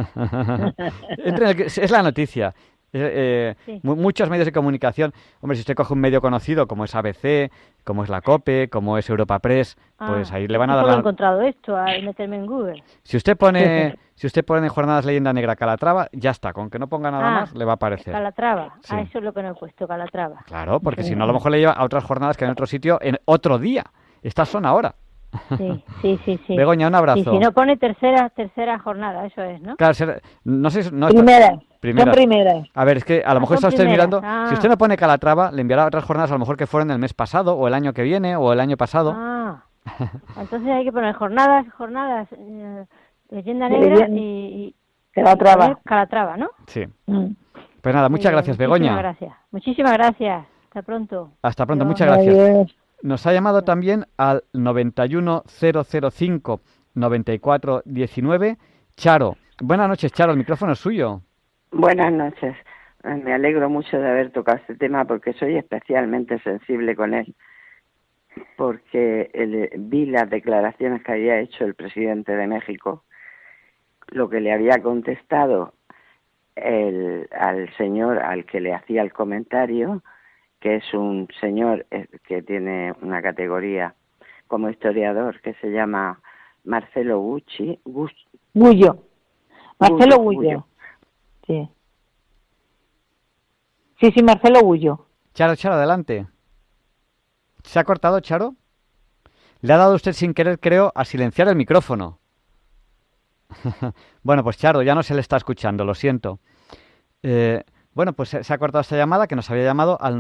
Es la noticia. Muchos medios de comunicación. Hombre, si usted coge un medio conocido como es ABC, como es la COPE, como es Europa Press, pues ahí le van a dar he encontrado esto al meterme en Google. Si usted pone Jornadas Leyenda Negra Calatrava, ya está, con que no ponga nada más le va a aparecer. Calatrava, eso es lo que no he puesto, Calatrava. Claro, porque si no a lo mejor le lleva a otras jornadas que en otro sitio, en otro día. Estas son ahora. Sí. Begoña, un abrazo. Y si no pone tercera jornada, eso es, ¿no? Claro, no sé... Primeras. A ver, es que a lo mejor está usted mirando... Si usted no pone Calatrava, le enviará otras jornadas a lo mejor que fueron el mes pasado, o el año que viene, o el año pasado. Entonces hay que poner jornadas, Leyenda Negra y Calatrava, ¿no? Sí. Pues nada, muchas gracias, Begoña. Muchísimas gracias. Hasta pronto. Hasta pronto, muchas gracias. Nos ha llamado también al 91-005-94-19 Charo. Buenas noches, Charo, el micrófono es suyo. Buenas noches. Me alegro mucho de haber tocado este tema porque soy especialmente sensible con él. Porque vi las declaraciones que había hecho el presidente de México, lo que le había contestado al señor al que le hacía el comentario, que es un señor que tiene una categoría como historiador que se llama Marcelo Gullo. Marcelo Gullo. Sí, Marcelo Gullo. Charo, adelante. ¿Se ha cortado, Charo? Le ha dado usted sin querer, creo, a silenciar el micrófono. Bueno, pues Charo, ya no se le está escuchando, lo siento. Bueno, pues se ha cortado esta llamada que nos había llamado al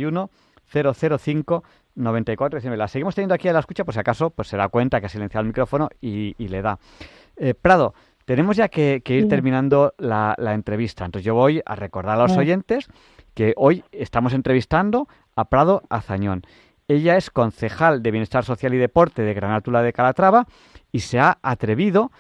91-005-94-19. La seguimos teniendo aquí a la escucha, por si acaso pues se da cuenta que ha silenciado el micrófono y le da. Prado, tenemos ya que ir terminando la entrevista. Entonces yo voy a recordar a los oyentes que hoy estamos entrevistando a Prado Azañón. Ella es concejal de Bienestar Social y Deporte de Granátula de Calatrava y se ha atrevido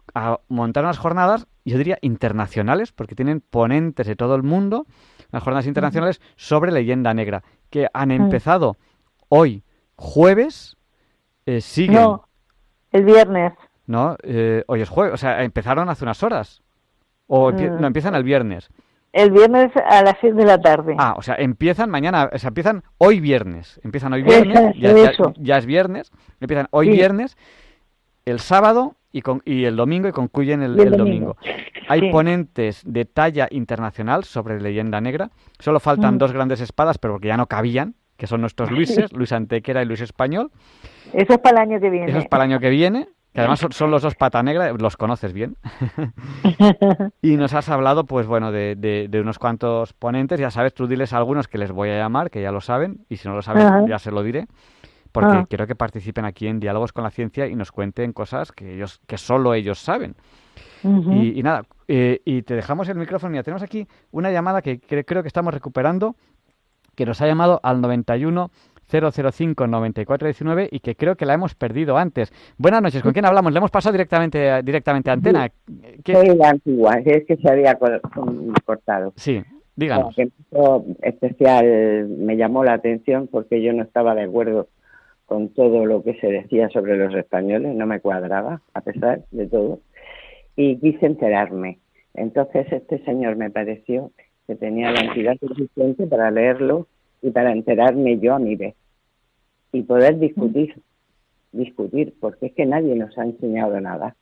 a montar unas jornadas, yo diría internacionales, porque tienen ponentes de todo el mundo, unas jornadas internacionales sobre leyenda negra, que han empezado hoy, jueves, siguen. No, el viernes. No, hoy es jueves, o sea, empezaron hace unas horas. O no, empiezan el viernes. El viernes a las 6 de la tarde. Ah, o sea, empiezan mañana, o sea, empiezan hoy viernes. Empiezan hoy viernes, ya es viernes, empiezan hoy viernes, el sábado y el domingo y concluyen el domingo. Hay ponentes de talla internacional sobre leyenda negra. Solo faltan dos grandes espadas, pero porque ya no cabían, que son nuestros Luises, Luis Antequera y Luis Español. Eso es para el año que viene. Eso es para el año que viene. Que además son los dos Pata Negra, los conoces bien. Y nos has hablado, pues bueno, de unos cuantos ponentes. Ya sabes, tú diles a algunos que les voy a llamar, que ya lo saben, y si no lo saben, ya se lo diré. Porque quiero que participen aquí en Diálogos con la Ciencia y nos cuenten cosas que solo ellos saben. Y nada, y te dejamos el micrófono. Mira, tenemos aquí una llamada que creo que estamos recuperando, que nos ha llamado al 91 005 9419 y que creo que la hemos perdido antes. Buenas noches, ¿con quién hablamos? Le hemos pasado directamente a antena. Soy la antigua, es que se había cortado. Sí, díganos. Especial, me llamó la atención porque yo no estaba de acuerdo con todo lo que se decía sobre los españoles, no me cuadraba, a pesar de todo, y quise enterarme. Entonces este señor me pareció que tenía la entidad suficiente para leerlo y para enterarme yo a mi vez y poder discutir, porque es que nadie nos ha enseñado nada.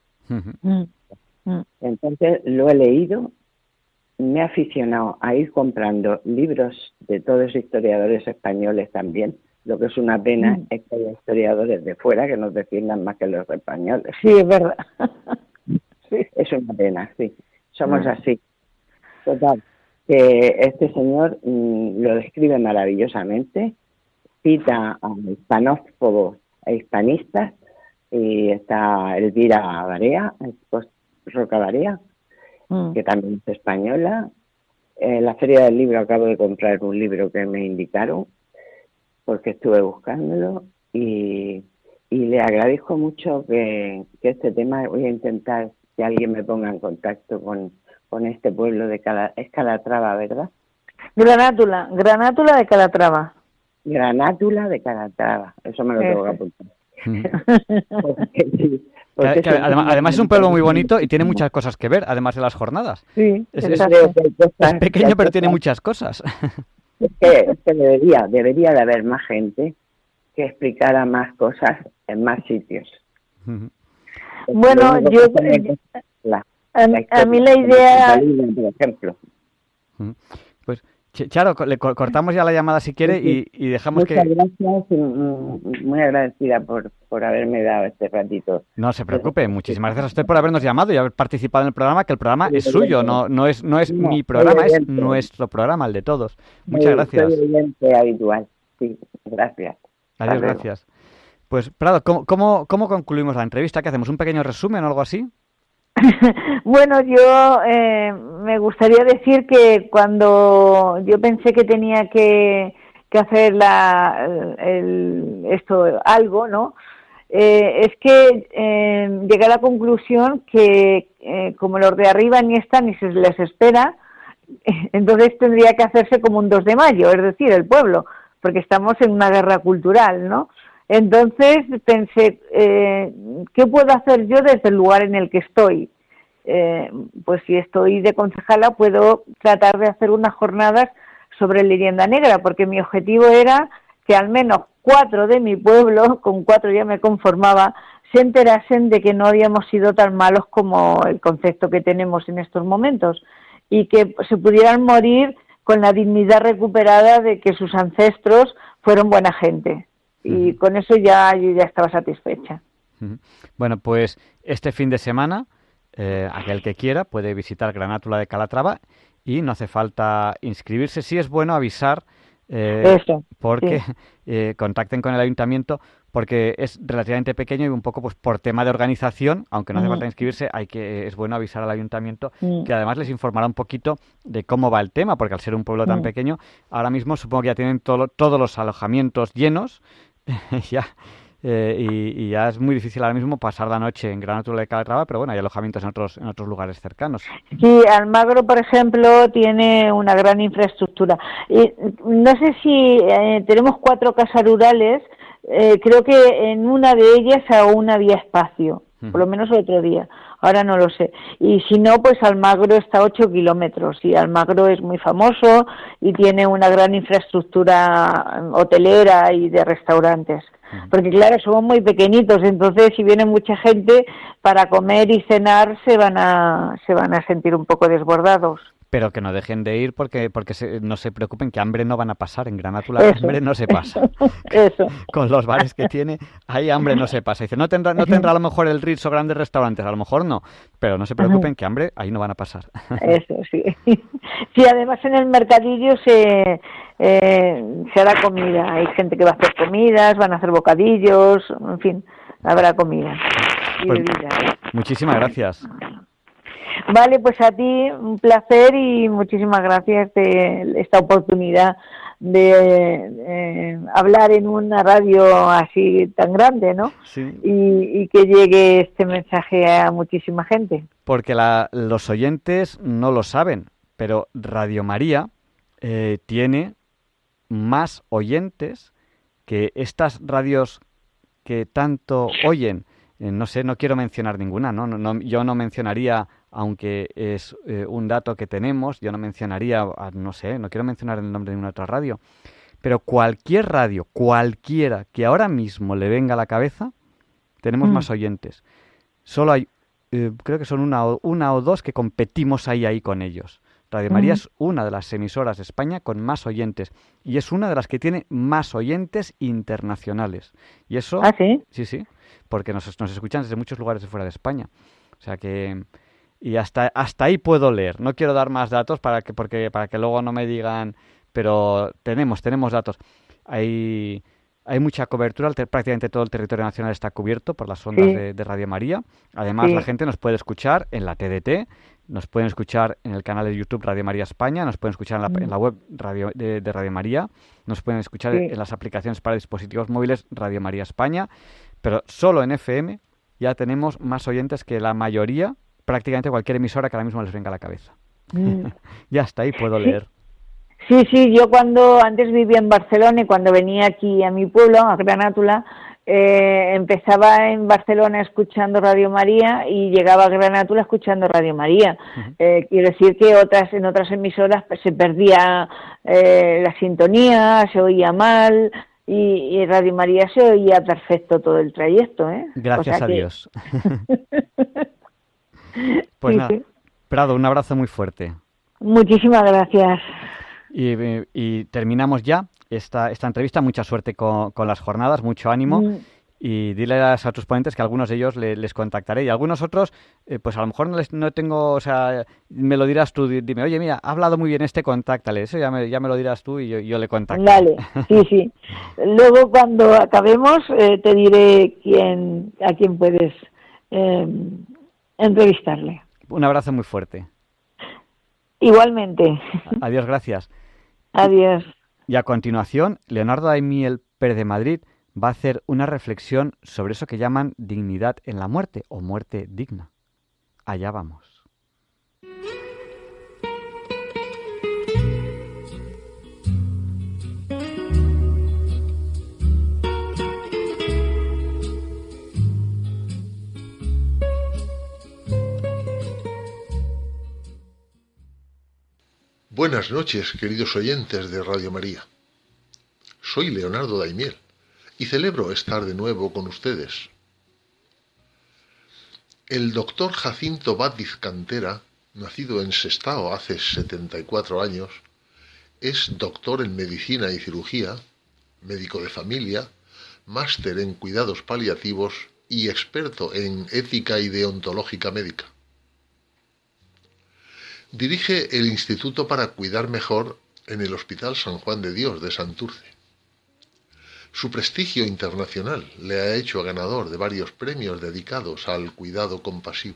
Entonces lo he leído, me he aficionado a ir comprando libros de todos los historiadores españoles también. Lo que es una pena es que haya historiadores de fuera que nos defiendan más que los españoles. Sí, es verdad. Sí. Es una pena, sí. Somos así. Total. Que este señor lo describe maravillosamente, cita a hispanófobos e hispanistas, y está Elvira Barea, Roca Barea, que también es española. En la Feria del Libro acabo de comprar un libro que me indicaron, porque estuve buscándolo, y le agradezco mucho que este tema, voy a intentar que alguien me ponga en contacto con este pueblo de Calatrava, ¿verdad? Granátula de Calatrava. Granátula de Calatrava, eso me lo tengo que apuntar. Además es un pueblo muy bonito y tiene muchas cosas que ver, además de las jornadas. Sí, es pequeño, pero tiene muchas cosas. Es que debería de haber más gente que explicara más cosas en más sitios. Bueno, a mí la idea... Por ejemplo. Pues, Charo, le cortamos ya la llamada si quiere y dejamos Muchas gracias, muy agradecida por haberme dado este ratito. No se preocupe, muchísimas gracias a usted por habernos llamado y haber participado en el programa, que el programa es suyo, no es mi programa, es nuestro programa, el de todos. Muchas gracias. Soy oyente habitual, sí, gracias. Adiós, gracias. Pues, Prado, ¿cómo concluimos la entrevista? ¿Qué hacemos? ¿Un pequeño resumen o algo así? Bueno, yo me gustaría decir que cuando yo pensé que tenía que hacer algo, ¿no? Es que llegué a la conclusión que como los de arriba ni están ni se les espera, entonces tendría que hacerse como un 2 de mayo, es decir, el pueblo, porque estamos en una guerra cultural, ¿no? Entonces pensé, ¿qué puedo hacer yo desde el lugar en el que estoy? Pues si estoy de concejala puedo tratar de hacer unas jornadas sobre leyenda negra, porque mi objetivo era que al menos 4 de mi pueblo, con 4 ya me conformaba, se enterasen de que no habíamos sido tan malos como el concepto que tenemos en estos momentos y que se pudieran morir con la dignidad recuperada de que sus ancestros fueron buena gente. Y con eso yo ya estaba satisfecha. Bueno, pues este fin de semana, aquel que quiera puede visitar Granátula de Calatrava y no hace falta inscribirse. Sí es bueno avisar porque contacten con el ayuntamiento, porque es relativamente pequeño y un poco pues por tema de organización, aunque no hace falta inscribirse, es bueno avisar al ayuntamiento, que además les informará un poquito de cómo va el tema, porque al ser un pueblo tan pequeño, ahora mismo supongo que ya tienen todos los alojamientos llenos, ya y ya es muy difícil ahora mismo pasar la noche en Granátula de Calatrava, pero bueno, hay alojamientos en otros lugares cercanos. Sí, Almagro, por ejemplo, tiene una gran infraestructura. No sé si tenemos 4 casas rurales, creo que en una de ellas aún había espacio, por lo menos el otro día. Ahora no lo sé. Y si no, pues Almagro está a 8 kilómetros y Almagro es muy famoso y tiene una gran infraestructura hotelera y de restaurantes. Porque claro, somos muy pequeñitos, entonces si viene mucha gente para comer y cenar se van a sentir un poco desbordados. Pero que no dejen de ir porque no se preocupen, que hambre no van a pasar. En Granátula hambre no se pasa. Eso. Con los bares que tiene, ahí hambre no se pasa. Dice, no tendrá a lo mejor el Ritz o grandes restaurantes, a lo mejor no, pero no se preocupen que hambre ahí no van a pasar. Eso, sí. Sí, además en el mercadillo se hará comida. Hay gente que va a hacer comidas, van a hacer bocadillos, en fin, habrá comida y bebidas. Muchísimas gracias. Vale, pues a ti un placer y muchísimas gracias de esta oportunidad de hablar en una radio así tan grande, ¿no? Sí. Y que llegue este mensaje a muchísima gente. Porque los oyentes no lo saben, pero Radio María tiene más oyentes que estas radios que tanto oyen. No sé, no quiero mencionar ninguna, ¿no? Yo no mencionaría, aunque es un dato que tenemos, yo no mencionaría, no sé, no quiero mencionar el nombre de ninguna otra radio, pero cualquier radio, cualquiera que ahora mismo le venga a la cabeza, tenemos más oyentes. Solo hay, creo que son una o dos que competimos ahí con ellos. Radio María es una de las emisoras de España con más oyentes y es una de las que tiene más oyentes internacionales. Y eso, ¿Ah, sí? Sí, porque nos escuchan desde muchos lugares de fuera de España. O sea que y hasta ahí puedo leer. No quiero dar más datos para que luego no me digan, pero tenemos datos. Hay mucha cobertura, prácticamente todo el territorio nacional está cubierto por las ondas de Radio María. Además, la gente nos puede escuchar en la TDT, nos pueden escuchar en el canal de YouTube Radio María España, nos pueden escuchar en la web de Radio María, nos pueden escuchar en las aplicaciones para dispositivos móviles Radio María España, pero solo en FM ya tenemos más oyentes que la mayoría, prácticamente cualquier emisora que ahora mismo les venga a la cabeza. Ya hasta ahí puedo leer. Sí, yo cuando antes vivía en Barcelona y cuando venía aquí a mi pueblo, a Granátula, empezaba en Barcelona escuchando Radio María y llegaba a Granátula escuchando Radio María. Quiero decir que en otras emisoras se perdía la sintonía, se oía mal y Radio María se oía perfecto todo el trayecto. Gracias a Dios. Pues nada, Prado, un abrazo muy fuerte. Muchísimas gracias. Y terminamos ya esta entrevista. Mucha suerte con las jornadas, mucho ánimo. Y diles a tus ponentes que algunos de ellos les contactaré. Y algunos otros, pues a lo mejor no tengo, o sea, me lo dirás tú. Dime, oye, mira, ha hablado muy bien contáctale. Eso ya me lo dirás tú y yo le contacto. Vale, sí. Luego cuando acabemos te diré a quién puedes entrevistarle. Un abrazo muy fuerte. Igualmente. Adiós, gracias. Adiós. Y a continuación, Leonardo Daimiel Pérez de Madrid va a hacer una reflexión sobre eso que llaman dignidad en la muerte o muerte digna. Allá vamos. Buenas noches, queridos oyentes de Radio María. Soy Leonardo Daimiel y celebro estar de nuevo con ustedes. El doctor Jacinto Bátiz Cantera, nacido en Sestao hace 74 años, es doctor en medicina y cirugía, médico de familia, máster en cuidados paliativos y experto en ética y deontológica médica. Dirige el Instituto para Cuidar Mejor en el Hospital San Juan de Dios de Santurce. Su prestigio internacional le ha hecho ganador de varios premios dedicados al cuidado compasivo.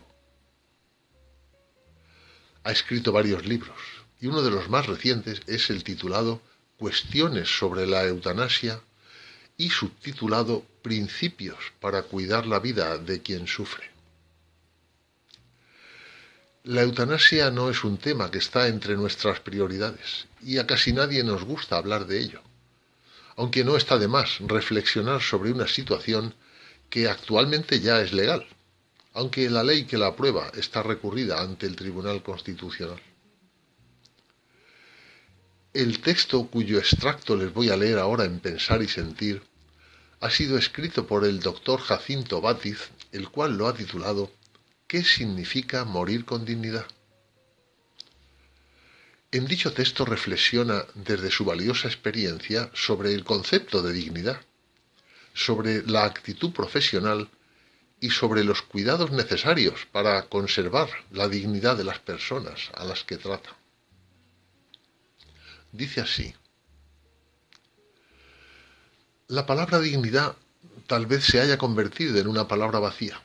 Ha escrito varios libros y uno de los más recientes es el titulado Cuestiones sobre la eutanasia y subtitulado Principios para cuidar la vida de quien sufre. La eutanasia no es un tema que está entre nuestras prioridades y a casi nadie nos gusta hablar de ello, aunque no está de más reflexionar sobre una situación que actualmente ya es legal, aunque la ley que la aprueba está recurrida ante el Tribunal Constitucional. El texto cuyo extracto les voy a leer ahora en Pensar y Sentir ha sido escrito por el doctor Jacinto Bátiz, el cual lo ha titulado ¿Qué significa morir con dignidad? En dicho texto reflexiona desde su valiosa experiencia sobre el concepto de dignidad, sobre la actitud profesional y sobre los cuidados necesarios para conservar la dignidad de las personas a las que trata. Dice así: la palabra dignidad tal vez se haya convertido en una palabra vacía.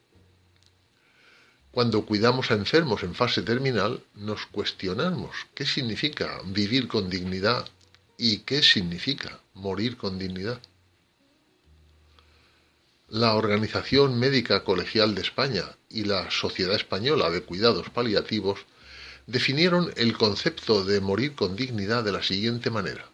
Cuando cuidamos a enfermos en fase terminal, nos cuestionamos qué significa vivir con dignidad y qué significa morir con dignidad. La Organización Médica Colegial de España y la Sociedad Española de Cuidados Paliativos definieron el concepto de morir con dignidad de la siguiente manera: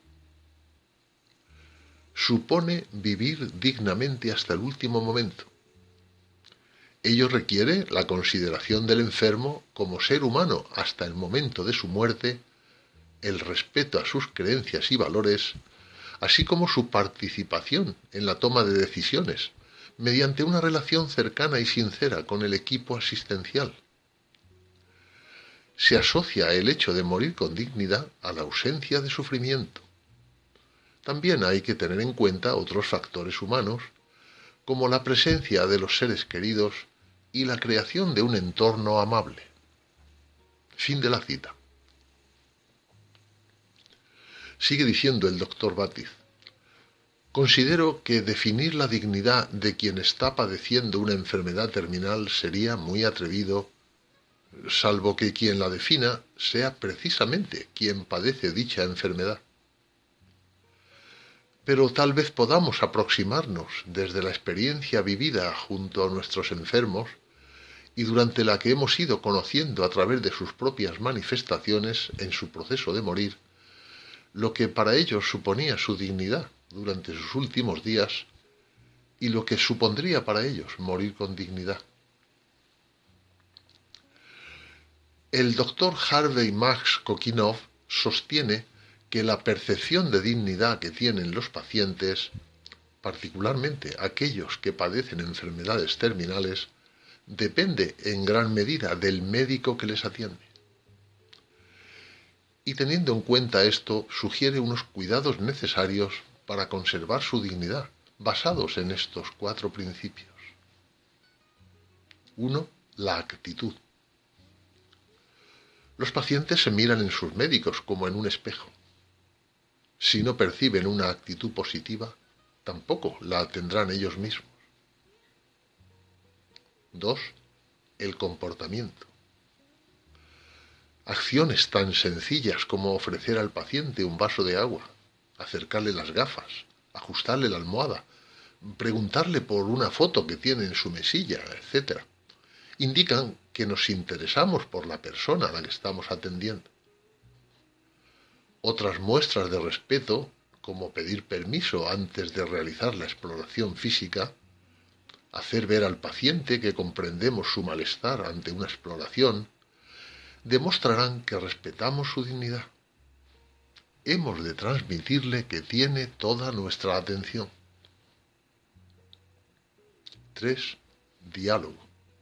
supone vivir dignamente hasta el último momento. Ello requiere la consideración del enfermo como ser humano hasta el momento de su muerte, el respeto a sus creencias y valores, así como su participación en la toma de decisiones, mediante una relación cercana y sincera con el equipo asistencial. Se asocia el hecho de morir con dignidad a la ausencia de sufrimiento. También hay que tener en cuenta otros factores humanos, como la presencia de los seres queridos y la creación de un entorno amable. Fin de la cita. Sigue diciendo el doctor Bátiz: considero que definir la dignidad de quien está padeciendo una enfermedad terminal sería muy atrevido, salvo que quien la defina sea precisamente quien padece dicha enfermedad. Pero tal vez podamos aproximarnos desde la experiencia vivida junto a nuestros enfermos y durante la que hemos ido conociendo a través de sus propias manifestaciones en su proceso de morir, lo que para ellos suponía su dignidad durante sus últimos días y lo que supondría para ellos morir con dignidad. El doctor Harvey Max Kokinov sostiene que la percepción de dignidad que tienen los pacientes, particularmente aquellos que padecen enfermedades terminales, depende en gran medida del médico que les atiende. Y teniendo en cuenta esto, sugiere unos cuidados necesarios para conservar su dignidad, basados en estos 4 principios. 1. La actitud. Los pacientes se miran en sus médicos como en un espejo. Si no perciben una actitud positiva, tampoco la tendrán ellos mismos. 2. El comportamiento. Acciones tan sencillas como ofrecer al paciente un vaso de agua, acercarle las gafas, ajustarle la almohada, preguntarle por una foto que tiene en su mesilla, etc., indican que nos interesamos por la persona a la que estamos atendiendo. Otras muestras de respeto, como pedir permiso antes de realizar la exploración física, hacer ver al paciente que comprendemos su malestar ante una exploración, demostrarán que respetamos su dignidad. Hemos de transmitirle que tiene toda nuestra atención. 3. Diálogo.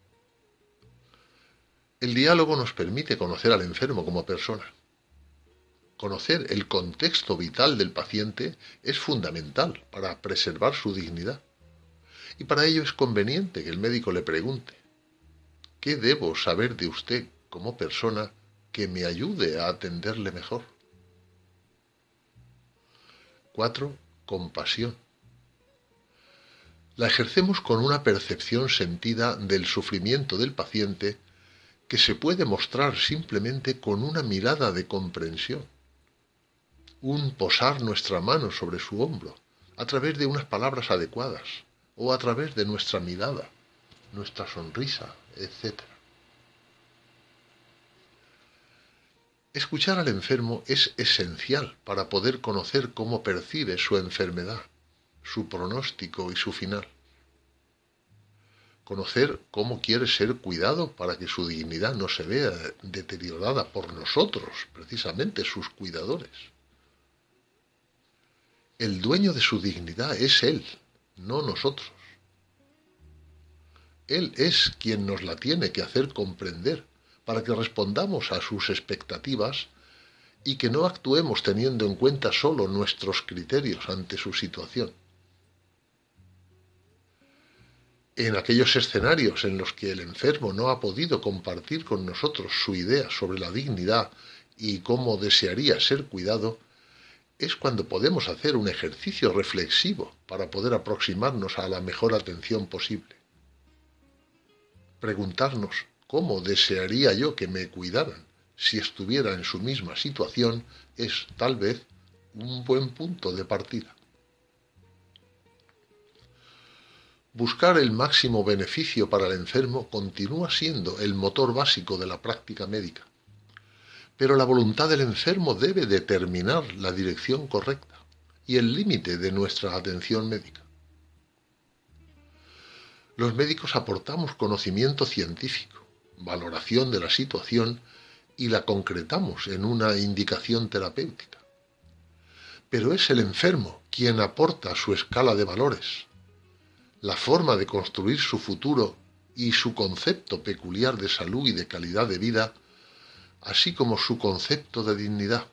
El diálogo nos permite conocer al enfermo como persona. Conocer el contexto vital del paciente es fundamental para preservar su dignidad. Y para ello es conveniente que el médico le pregunte: ¿qué debo saber de usted como persona que me ayude a atenderle mejor? 4. Compasión. La ejercemos con una percepción sentida del sufrimiento del paciente que se puede mostrar simplemente con una mirada de comprensión, un posar nuestra mano sobre su hombro, a través de unas palabras adecuadas o a través de nuestra mirada, nuestra sonrisa, etc. Escuchar al enfermo es esencial para poder conocer cómo percibe su enfermedad, su pronóstico y su final. Conocer cómo quiere ser cuidado para que su dignidad no se vea deteriorada por nosotros, precisamente sus cuidadores. El dueño de su dignidad es él, no nosotros. Él es quien nos la tiene que hacer comprender para que respondamos a sus expectativas y que no actuemos teniendo en cuenta solo nuestros criterios ante su situación. En aquellos escenarios en los que el enfermo no ha podido compartir con nosotros su idea sobre la dignidad y cómo desearía ser cuidado, es cuando podemos hacer un ejercicio reflexivo para poder aproximarnos a la mejor atención posible. Preguntarnos cómo desearía yo que me cuidaran si estuviera en su misma situación es, tal vez, un buen punto de partida. Buscar el máximo beneficio para el enfermo continúa siendo el motor básico de la práctica médica, pero la voluntad del enfermo debe determinar la dirección correcta y el límite de nuestra atención médica. Los médicos aportamos conocimiento científico, valoración de la situación y la concretamos en una indicación terapéutica. Pero es el enfermo quien aporta su escala de valores, la forma de construir su futuro y su concepto peculiar de salud y de calidad de vida, así como su concepto de dignidad.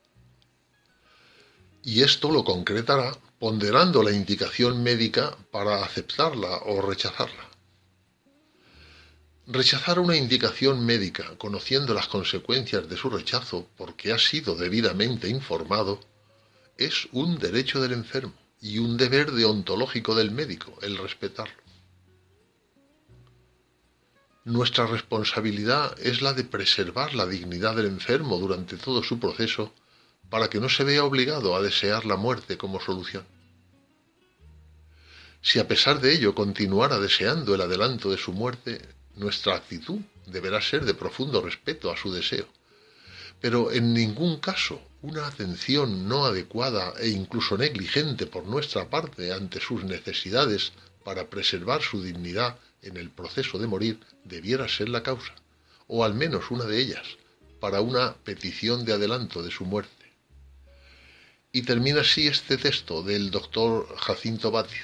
Y esto lo concretará ponderando la indicación médica para aceptarla o rechazarla. Rechazar una indicación médica conociendo las consecuencias de su rechazo porque ha sido debidamente informado es un derecho del enfermo y un deber deontológico del médico el respetarlo. Nuestra responsabilidad es la de preservar la dignidad del enfermo durante todo su proceso para que no se vea obligado a desear la muerte como solución. Si a pesar de ello continuara deseando el adelanto de su muerte, nuestra actitud deberá ser de profundo respeto a su deseo, pero en ningún caso una atención no adecuada e incluso negligente por nuestra parte ante sus necesidades para preservar su dignidad en el proceso de morir debiera ser la causa, o al menos una de ellas, para una petición de adelanto de su muerte. Y termina así este texto del doctor Jacinto Bátiz.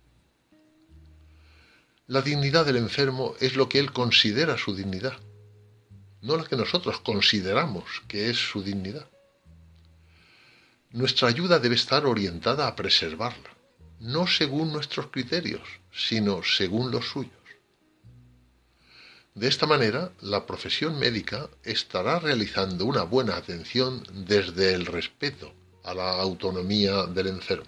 La dignidad del enfermo es lo que él considera su dignidad, no la que nosotros consideramos que es su dignidad. Nuestra ayuda debe estar orientada a preservarla, no según nuestros criterios, sino según los suyos. De esta manera, la profesión médica estará realizando una buena atención desde el respeto a la autonomía del enfermo.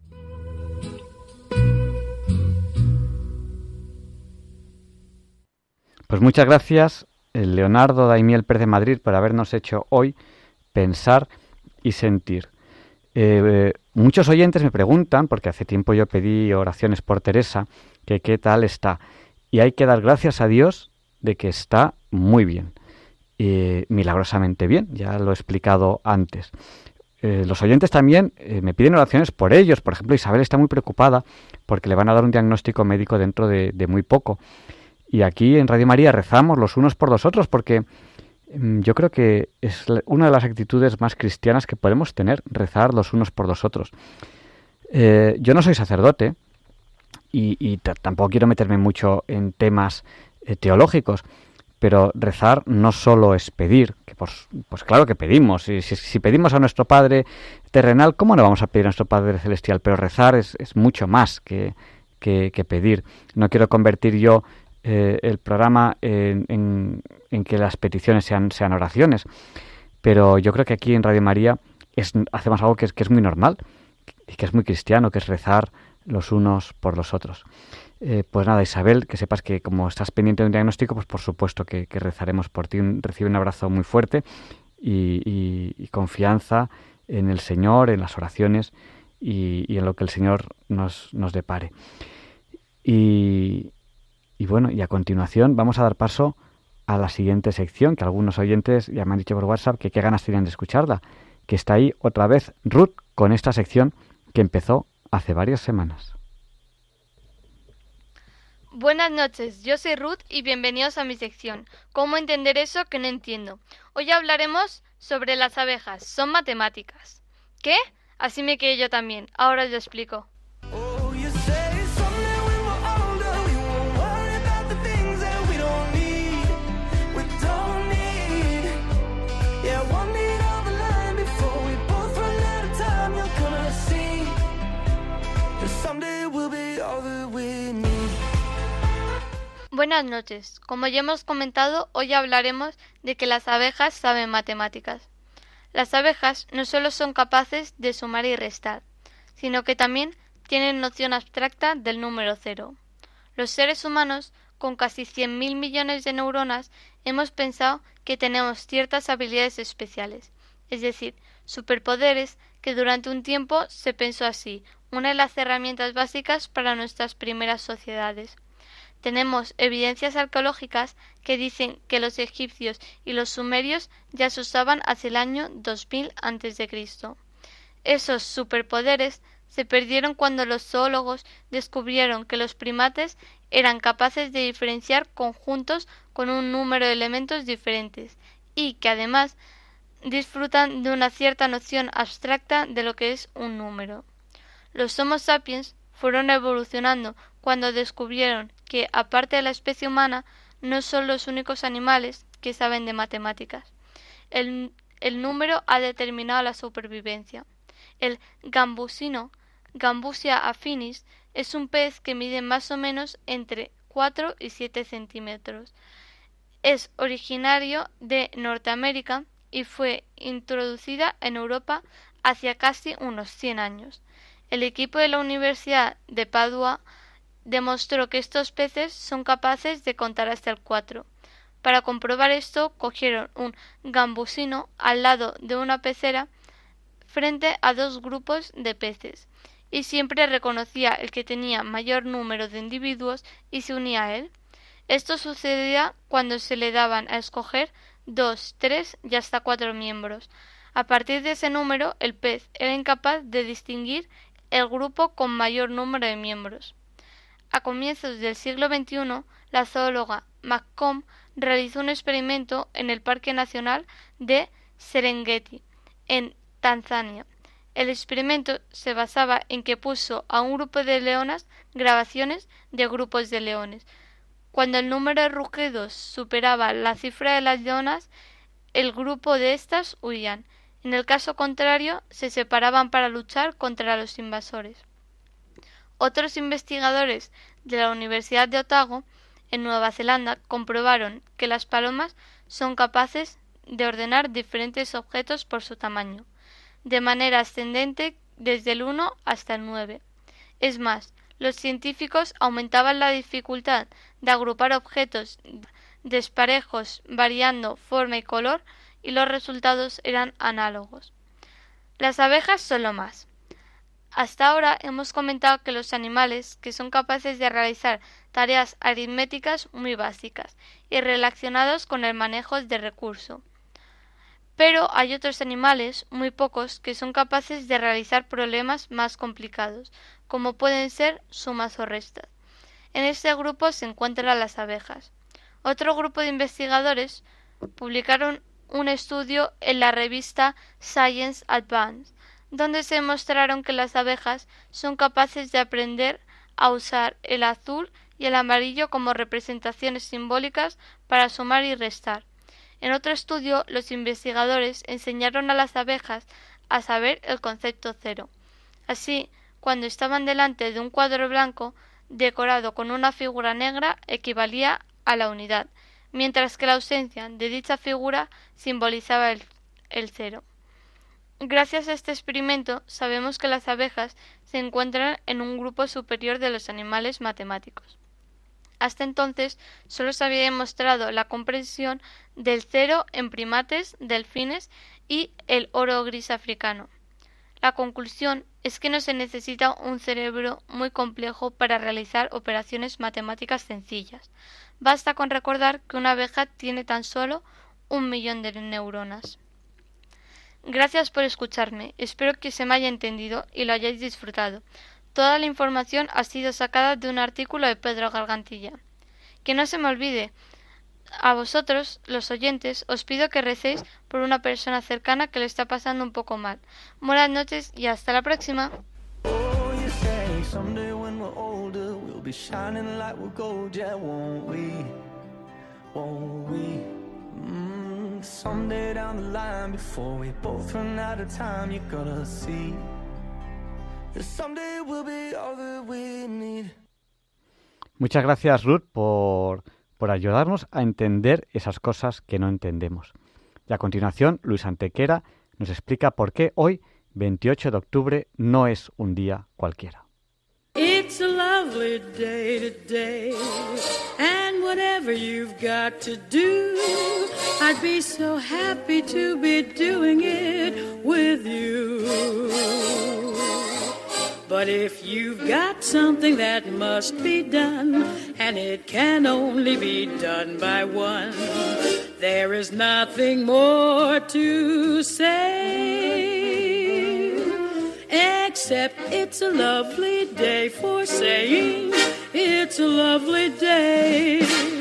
Pues muchas gracias, Leonardo Daimiel Pérez de Madrid, por habernos hecho hoy pensar y sentir. Muchos oyentes me preguntan, porque hace tiempo yo pedí oraciones por Teresa, que qué tal está. Y hay que dar gracias a Dios de que está muy bien, milagrosamente bien, ya lo he explicado antes. Los oyentes también me piden oraciones por ellos. Por ejemplo, Isabel está muy preocupada porque le van a dar un diagnóstico médico dentro de muy poco. Y aquí en Radio María rezamos los unos por los otros porque yo creo que es una de las actitudes más cristianas que podemos tener, rezar los unos por los otros. Yo no soy sacerdote y tampoco quiero meterme mucho en temas teológicos, pero rezar no solo es pedir, que pues claro que pedimos. Si pedimos a nuestro Padre terrenal, ¿cómo no vamos a pedir a nuestro Padre celestial? Pero rezar es mucho más que pedir. No quiero convertir yo el programa en que las peticiones sean oraciones, pero yo creo que aquí en Radio María hacemos algo que es muy normal y que es muy cristiano, que es rezar los unos por los otros. Pues nada, Isabel, que sepas que como estás pendiente de un diagnóstico, pues por supuesto que rezaremos por ti. Recibe un abrazo muy fuerte y confianza en el Señor, en las oraciones y en lo que el Señor nos depare. Y bueno, y a continuación vamos a dar paso a la siguiente sección, que algunos oyentes ya me han dicho por WhatsApp que qué ganas tienen de escucharla, que está ahí otra vez Ruth con esta sección que empezó hace varias semanas. Buenas noches, yo soy Ruth y bienvenidos a mi sección. ¿Cómo entender eso que no entiendo? Hoy hablaremos sobre las abejas. Son matemáticas. ¿Qué? Así me quedé yo también. Ahora os lo explico. Buenas noches. Como ya hemos comentado, hoy hablaremos de que las abejas saben matemáticas. Las abejas no solo son capaces de sumar y restar, sino que también tienen noción abstracta del número cero. Los seres humanos, con casi 100.000 millones de neuronas, hemos pensado que tenemos ciertas habilidades especiales, es decir, superpoderes que durante un tiempo se pensó así, una de las herramientas básicas para nuestras primeras sociedades. Tenemos evidencias arqueológicas que dicen que los egipcios y los sumerios ya se usaban hacia el año 2000 a.C. Esos superpoderes se perdieron cuando los zoólogos descubrieron que los primates eran capaces de diferenciar conjuntos con un número de elementos diferentes y que además disfrutan de una cierta noción abstracta de lo que es un número. Los Homo sapiens fueron evolucionando cuando descubrieron que, aparte de la especie humana, no son los únicos animales que saben de matemáticas. El número ha determinado la supervivencia. El gambusino, Gambusia affinis, es un pez que mide más o menos entre 4 y 7 centímetros. Es originario de Norteamérica y fue introducida en Europa hace casi unos 100 años. El equipo de la Universidad de Padua demostró que estos peces son capaces de contar hasta el 4. Para comprobar esto, cogieron un gambusino al lado de una pecera frente a dos grupos de peces, y siempre reconocía el que tenía mayor número de individuos y se unía a él. Esto sucedía cuando se le daban a escoger 2, 3 y hasta 4 miembros. A partir de ese número, el pez era incapaz de distinguir el grupo con mayor número de miembros. A comienzos del siglo XXI, la zoóloga McComb realizó un experimento en el Parque Nacional de Serengeti, en Tanzania. El experimento se basaba en que puso a un grupo de leonas grabaciones de grupos de leones. Cuando el número de rugidos superaba la cifra de las leonas, el grupo de estas huían. En el caso contrario, se separaban para luchar contra los invasores. Otros investigadores de la Universidad de Otago, en Nueva Zelanda, comprobaron que las palomas son capaces de ordenar diferentes objetos por su tamaño, de manera ascendente desde el 1 hasta el 9. Es más, los científicos aumentaban la dificultad de agrupar objetos desparejos variando forma y color, y los resultados eran análogos. Las abejas son lo más. Hasta ahora hemos comentado que los animales que son capaces de realizar tareas aritméticas muy básicas y relacionados con el manejo de recursos. Pero hay otros animales, muy pocos, que son capaces de realizar problemas más complicados, como pueden ser sumas o restas. En este grupo se encuentran las abejas. Otro grupo de investigadores publicaron un estudio en la revista Science Advance, donde se demostraron que las abejas son capaces de aprender a usar el azul y el amarillo como representaciones simbólicas para sumar y restar. En otro estudio, los investigadores enseñaron a las abejas a saber el concepto cero. Así, cuando estaban delante de un cuadro blanco decorado con una figura negra, equivalía a la unidad, mientras que la ausencia de dicha figura simbolizaba el cero. Gracias a este experimento sabemos que las abejas se encuentran en un grupo superior de los animales matemáticos. Hasta entonces solo se había demostrado la comprensión del cero en primates, delfines y el oro gris africano. La conclusión es que no se necesita un cerebro muy complejo para realizar operaciones matemáticas sencillas. Basta con recordar que una abeja tiene tan solo 1 millón de neuronas. Gracias por escucharme. Espero que se me haya entendido y lo hayáis disfrutado. Toda la información ha sido sacada de un artículo de Pedro Gargantilla. Que no se me olvide, a vosotros, los oyentes, os pido que recéis por una persona cercana que lo está pasando un poco mal. Buenas noches y hasta la próxima. Muchas gracias, Ruth, por ayudarnos a entender esas cosas que no entendemos. Y a continuación, Luis Antequera nos explica por qué hoy, 28 de octubre, no es un día cualquiera. It's a lovely day today, and whatever you've got to do, I'd be so happy to be doing it with you. But if you've got something that must be done, and it can only be done by one, there is nothing more to say, except it's a lovely day for saying it's a lovely day.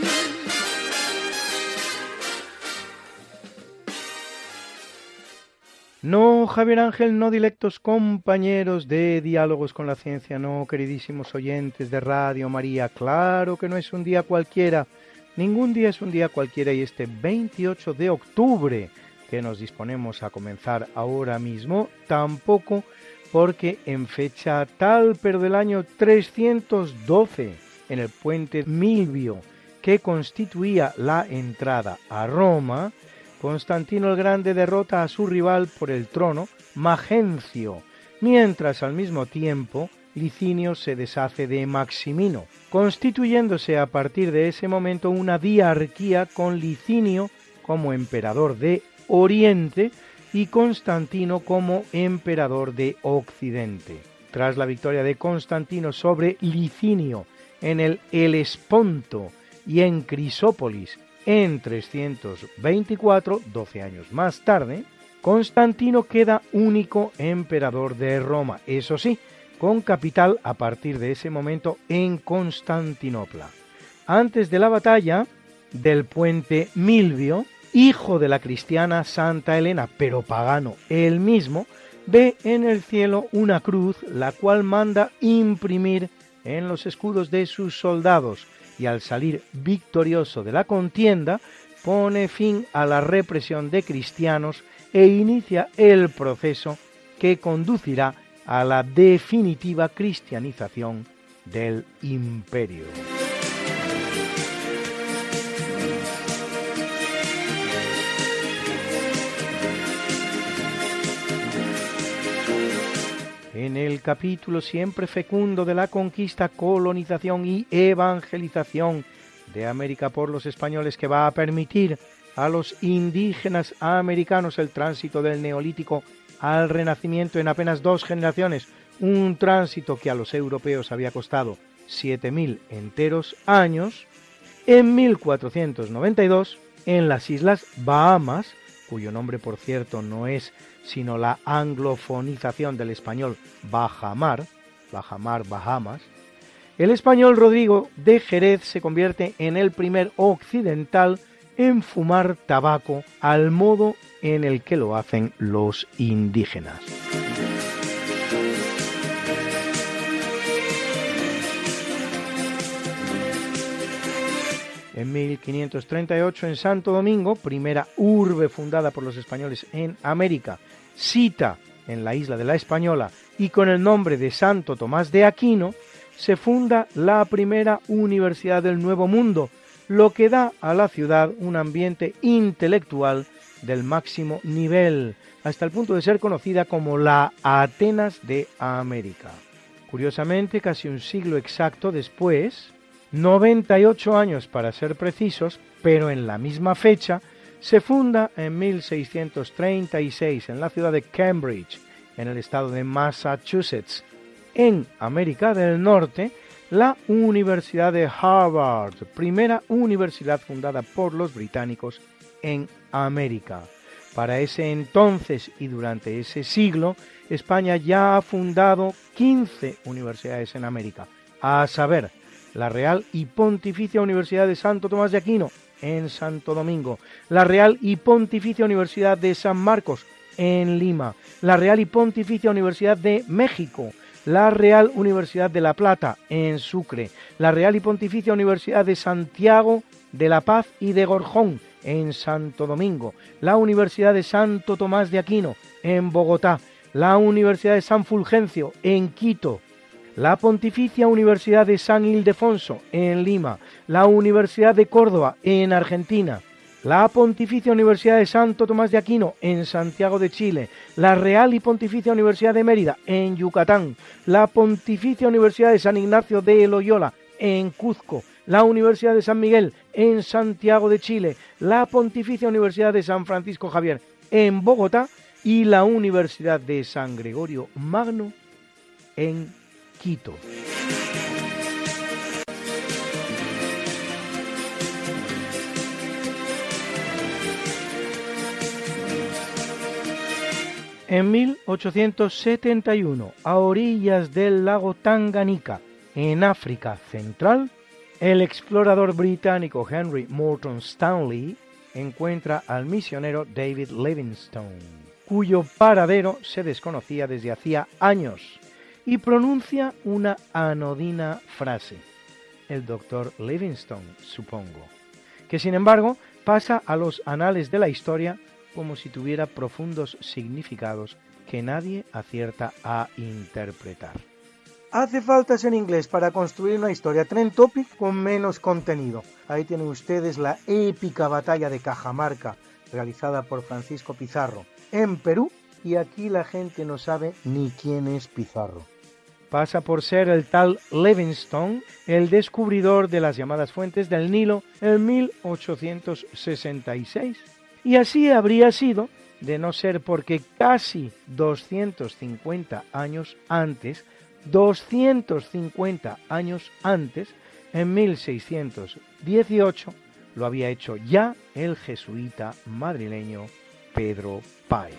No, Javier Ángel, no, dilectos compañeros de Diálogos con la Ciencia, no, queridísimos oyentes de Radio María, claro que no es un día cualquiera, ningún día es un día cualquiera, y este 28 de octubre que nos disponemos a comenzar ahora mismo, tampoco, porque en fecha tal, pero del año 312, en el puente Milvio, que constituía la entrada a Roma, Constantino el Grande derrota a su rival por el trono, Magencio, mientras al mismo tiempo Licinio se deshace de Maximino, constituyéndose a partir de ese momento una diarquía con Licinio como emperador de Oriente y Constantino como emperador de Occidente. Tras la victoria de Constantino sobre Licinio en el Helesponto y en Crisópolis, en 324, 12 años más tarde, Constantino queda único emperador de Roma, eso sí, con capital a partir de ese momento en Constantinopla. Antes de la batalla del puente Milvio, hijo de la cristiana Santa Helena, pero pagano él mismo, ve en el cielo una cruz, la cual manda imprimir en los escudos de sus soldados, y al salir victorioso de la contienda, pone fin a la represión de cristianos e inicia el proceso que conducirá a la definitiva cristianización del imperio. En el capítulo siempre fecundo de la conquista, colonización y evangelización de América por los españoles, que va a permitir a los indígenas americanos el tránsito del Neolítico al Renacimiento en apenas 2 generaciones, un tránsito que a los europeos había costado 7.000 enteros años, en 1492, en las Islas Bahamas, cuyo nombre por cierto no es sino la anglofonización del español Bajamar, Bahamas, el español Rodrigo de Jerez se convierte en el primer occidental en fumar tabaco al modo en el que lo hacen los indígenas. En 1538, en Santo Domingo, primera urbe fundada por los españoles en América, sita en la isla de la Española y con el nombre de Santo Tomás de Aquino, se funda la primera universidad del Nuevo Mundo, lo que da a la ciudad un ambiente intelectual del máximo nivel, hasta el punto de ser conocida como la Atenas de América. Curiosamente, casi un siglo exacto después, 98 años para ser precisos, pero en la misma fecha, se funda en 1636 en la ciudad de Cambridge, en el estado de Massachusetts. En América del Norte, la Universidad de Harvard, primera universidad fundada por los británicos en América. Para ese entonces y durante ese siglo, España ya ha fundado 15 universidades en América, a saber, la Real y Pontificia Universidad de Santo Tomás de Aquino, en Santo Domingo, la Real y Pontificia Universidad de San Marcos, en Lima, la Real y Pontificia Universidad de México, la Real Universidad de La Plata, en Sucre, la Real y Pontificia Universidad de Santiago de la Paz y de Gorjón, en Santo Domingo, la Universidad de Santo Tomás de Aquino, en Bogotá, la Universidad de San Fulgencio, en Quito, la Pontificia Universidad de San Ildefonso, en Lima, la Universidad de Córdoba, en Argentina, la Pontificia Universidad de Santo Tomás de Aquino, en Santiago de Chile, la Real y Pontificia Universidad de Mérida, en Yucatán, la Pontificia Universidad de San Ignacio de Loyola, en Cuzco, la Universidad de San Miguel, en Santiago de Chile, la Pontificia Universidad de San Francisco Javier, en Bogotá, y la Universidad de San Gregorio Magno, en Quito. En 1871, a orillas del lago Tanganica, en África Central, el explorador británico Henry Morton Stanley encuentra al misionero David Livingstone, cuyo paradero se desconocía desde hacía años, y pronuncia una anodina frase, el doctor Livingstone, supongo, que sin embargo pasa a los anales de la historia como si tuviera profundos significados que nadie acierta a interpretar. Hace faltas en inglés para construir una historia trend topic con menos contenido. Ahí tienen ustedes la épica batalla de Cajamarca, realizada por Francisco Pizarro, en Perú, y aquí la gente no sabe ni quién es Pizarro. Pasa por ser el tal Livingstone el descubridor de las llamadas fuentes del Nilo en 1866. Y así habría sido, de no ser porque casi 250 años antes, en 1618, lo había hecho ya el jesuita madrileño Pedro Páez.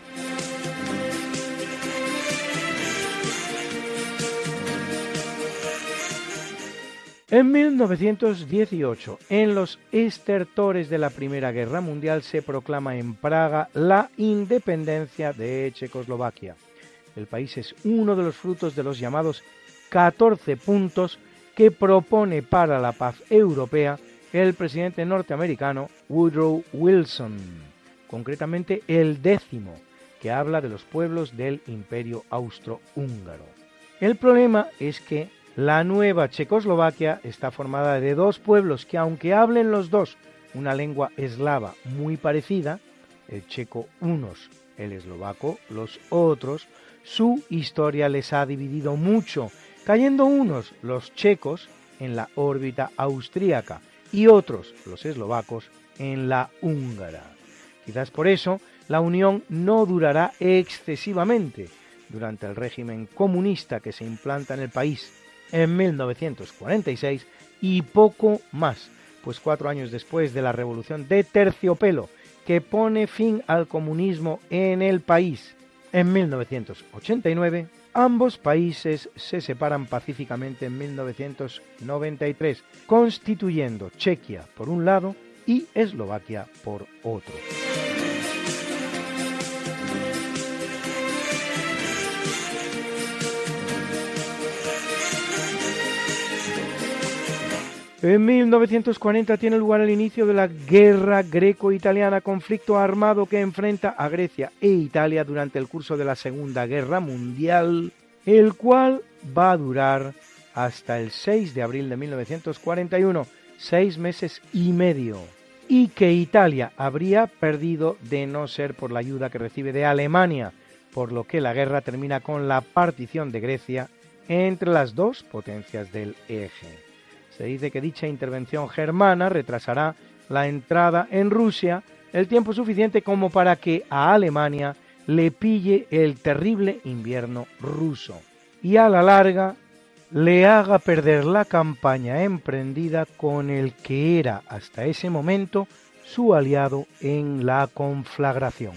En 1918, en los estertores de la Primera Guerra Mundial, se proclama en Praga la independencia de Checoslovaquia. El país es uno de los frutos de los llamados 14 puntos que propone para la paz europea el presidente norteamericano Woodrow Wilson, concretamente el 10º, que habla de los pueblos del Imperio Austrohúngaro. El problema es que la nueva Checoslovaquia está formada de dos pueblos que, aunque hablen los dos una lengua eslava muy parecida, el checo unos, el eslovaco los otros, su historia les ha dividido mucho, cayendo unos, los checos, en la órbita austríaca y otros, los eslovacos, en la húngara. Quizás por eso la unión no durará excesivamente durante el régimen comunista que se implanta en el país en 1946 y poco más, pues 4 años después de la Revolución de Terciopelo, que pone fin al comunismo en el país, en 1989, ambos países se separan pacíficamente en 1993, constituyendo Chequia por un lado y Eslovaquia por otro. En 1940 tiene lugar el inicio de la Guerra Greco-Italiana, conflicto armado que enfrenta a Grecia e Italia durante el curso de la Segunda Guerra Mundial, el cual va a durar hasta el 6 de abril de 1941, 6 meses y medio, y que Italia habría perdido de no ser por la ayuda que recibe de Alemania, por lo que la guerra termina con la partición de Grecia entre las dos potencias del eje. Se dice que dicha intervención germana retrasará la entrada en Rusia el tiempo suficiente como para que a Alemania le pille el terrible invierno ruso y a la larga le haga perder la campaña emprendida con el que era hasta ese momento su aliado en la conflagración.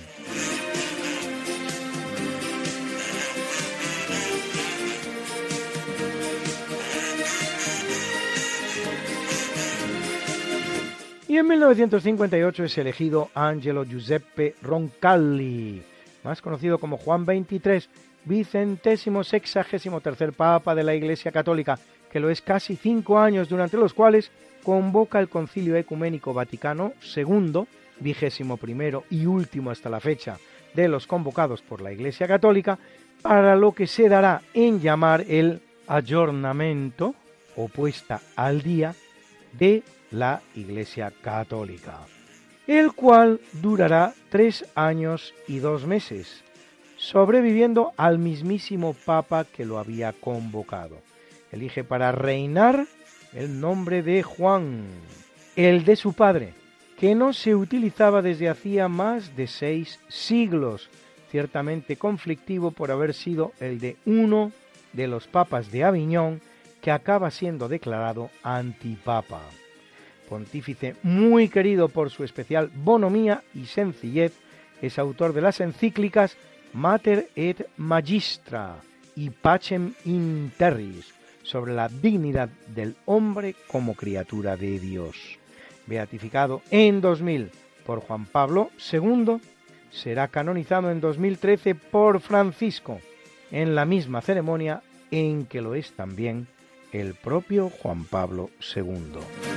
Y en 1958 es elegido Angelo Giuseppe Roncalli, más conocido como Juan XXIII, vicentésimo sexagésimo tercer Papa de la Iglesia Católica, que lo es casi 5 años, durante los cuales convoca el Concilio Ecuménico Vaticano II, 21º y último hasta la fecha de los convocados por la Iglesia Católica, para lo que se dará en llamar el aggiornamento o puesta al día de la Iglesia Católica, el cual durará 3 años y 2 meses, sobreviviendo al mismísimo Papa que lo había convocado. Elige para reinar el nombre de Juan, el de su padre, que no se utilizaba desde hacía más de 6 siglos, ciertamente conflictivo por haber sido el de uno de los papas de Aviñón, que acaba siendo declarado antipapa. Pontífice muy querido por su especial bonomía y sencillez, es autor de las encíclicas Mater et Magistra y Pacem in Terris, sobre la dignidad del hombre como criatura de Dios. Beatificado en 2000 por Juan Pablo II, será canonizado en 2013 por Francisco, en la misma ceremonia en que lo es también el propio Juan Pablo II.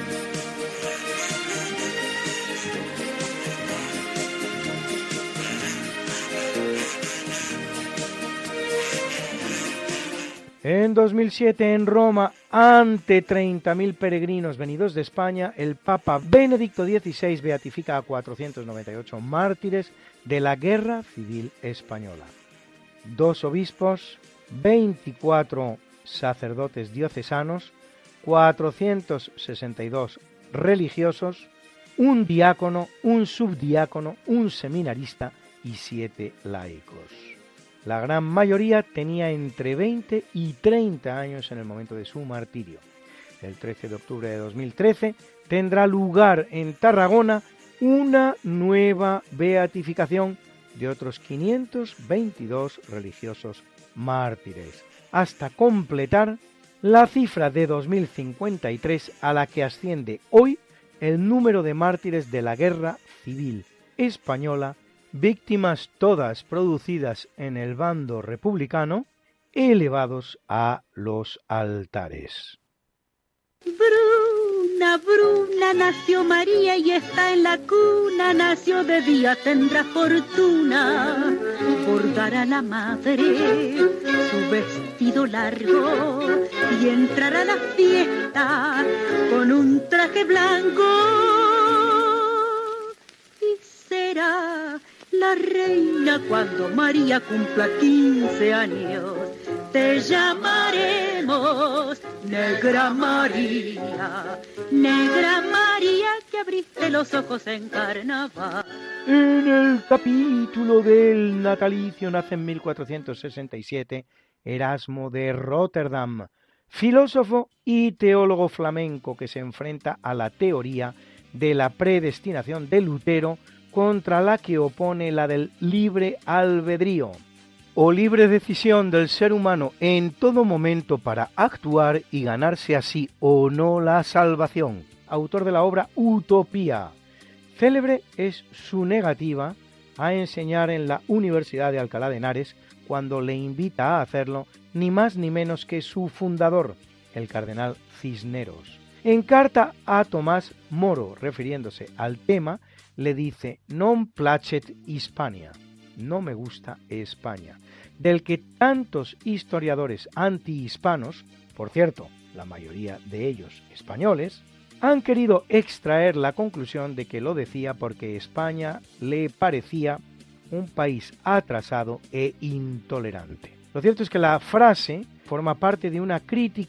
En 2007, en Roma, ante 30.000 peregrinos venidos de España, el Papa Benedicto XVI beatifica a 498 mártires de la Guerra Civil Española. 2 obispos, 24 sacerdotes diocesanos, 462 religiosos, un diácono, un subdiácono, un seminarista y 7 laicos. La gran mayoría tenía entre 20 y 30 años en el momento de su martirio. El 13 de octubre de 2013 tendrá lugar en Tarragona una nueva beatificación de otros 522 religiosos mártires, hasta completar la cifra de 2053 a la que asciende hoy el número de mártires de la Guerra Civil Española, víctimas todas producidas en el bando republicano, elevados a los altares. Bruna, Bruna, nació María y está en la cuna, nació de día, tendrá fortuna por dar a la madre su vestido largo y entrar a la fiesta con un traje blanco y será la reina cuando María cumpla 15 años. Te llamaremos Negra María, Negra María, que abriste los ojos en carnaval. En el capítulo del natalicio nace en 1467 Erasmo de Rotterdam, filósofo y teólogo flamenco que se enfrenta a la teoría de la predestinación de Lutero, contra la que opone la del libre albedrío, o libre decisión del ser humano en todo momento para actuar y ganarse así o no la salvación. Autor de la obra Utopía. Célebre es su negativa a enseñar en la Universidad de Alcalá de Henares, cuando le invita a hacerlo ni más ni menos que su fundador, el cardenal Cisneros. En carta a Tomás Moro, refiriéndose al tema, le dice «Non placet Hispania», no me gusta España, del que tantos historiadores antihispanos, por cierto, la mayoría de ellos españoles, han querido extraer la conclusión de que lo decía porque España le parecía un país atrasado e intolerante. Lo cierto es que la frase forma parte de una crítica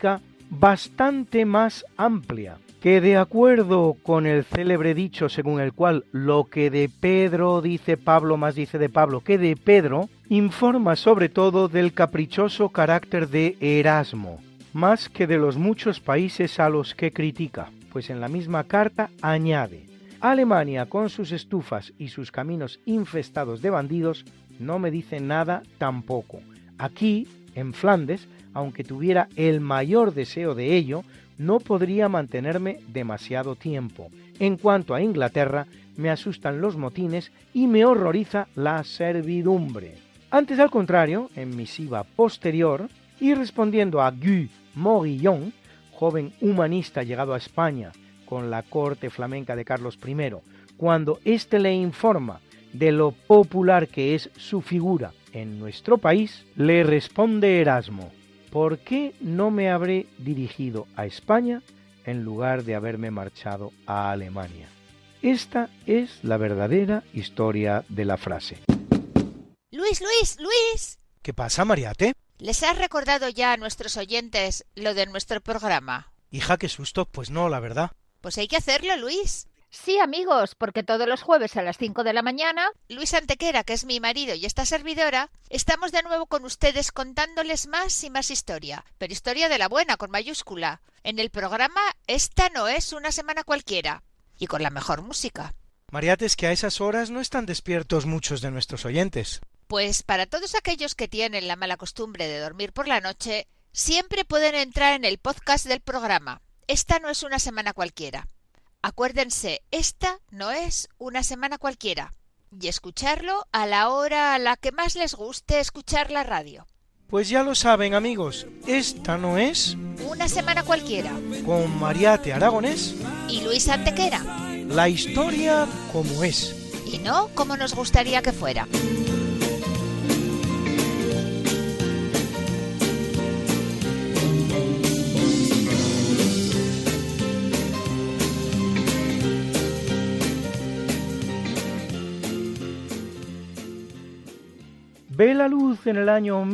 bastante más amplia, que de acuerdo con el célebre dicho según el cual lo que de Pedro dice Pablo más dice de Pablo que de Pedro, informa sobre todo del caprichoso carácter de Erasmo, más que de los muchos países a los que critica, pues en la misma carta añade: Alemania con sus estufas y sus caminos infestados de bandidos no me dice nada tampoco. Aquí, en Flandes, aunque tuviera el mayor deseo de ello, no podría mantenerme demasiado tiempo. En cuanto a Inglaterra, me asustan los motines y me horroriza la servidumbre. Antes, al contrario, en misiva posterior, y respondiendo a Guy Morillon, joven humanista llegado a España con la corte flamenca de Carlos I, cuando éste le informa de lo popular que es su figura en nuestro país, le responde Erasmo: ¿por qué no me habré dirigido a España en lugar de haberme marchado a Alemania? Esta es la verdadera historia de la frase. Luis. ¿Qué pasa, Mariate? ¿Les has recordado ya a nuestros oyentes lo de nuestro programa? Hija, qué susto, pues no, la verdad. Pues hay que hacerlo, Luis. Sí, amigos, porque todos los jueves a las 5 de la mañana... Luis Antequera, que es mi marido, y esta servidora, estamos de nuevo con ustedes contándoles más y más historia, pero historia de la buena, con mayúscula, en el programa Esta no es una semana cualquiera, y con la mejor música. Mariate, es que a esas horas no están despiertos muchos de nuestros oyentes. Pues para todos aquellos que tienen la mala costumbre de dormir por la noche, siempre pueden entrar en el podcast del programa Esta no es una semana cualquiera. Acuérdense, esta no es una semana cualquiera, y escucharlo a la hora a la que más les guste escuchar la radio. Pues ya lo saben, amigos, esta no es una semana cualquiera, con Mariate Aragonés y Luis Antequera. La historia como es, y no como nos gustaría que fuera. Ve la luz en el año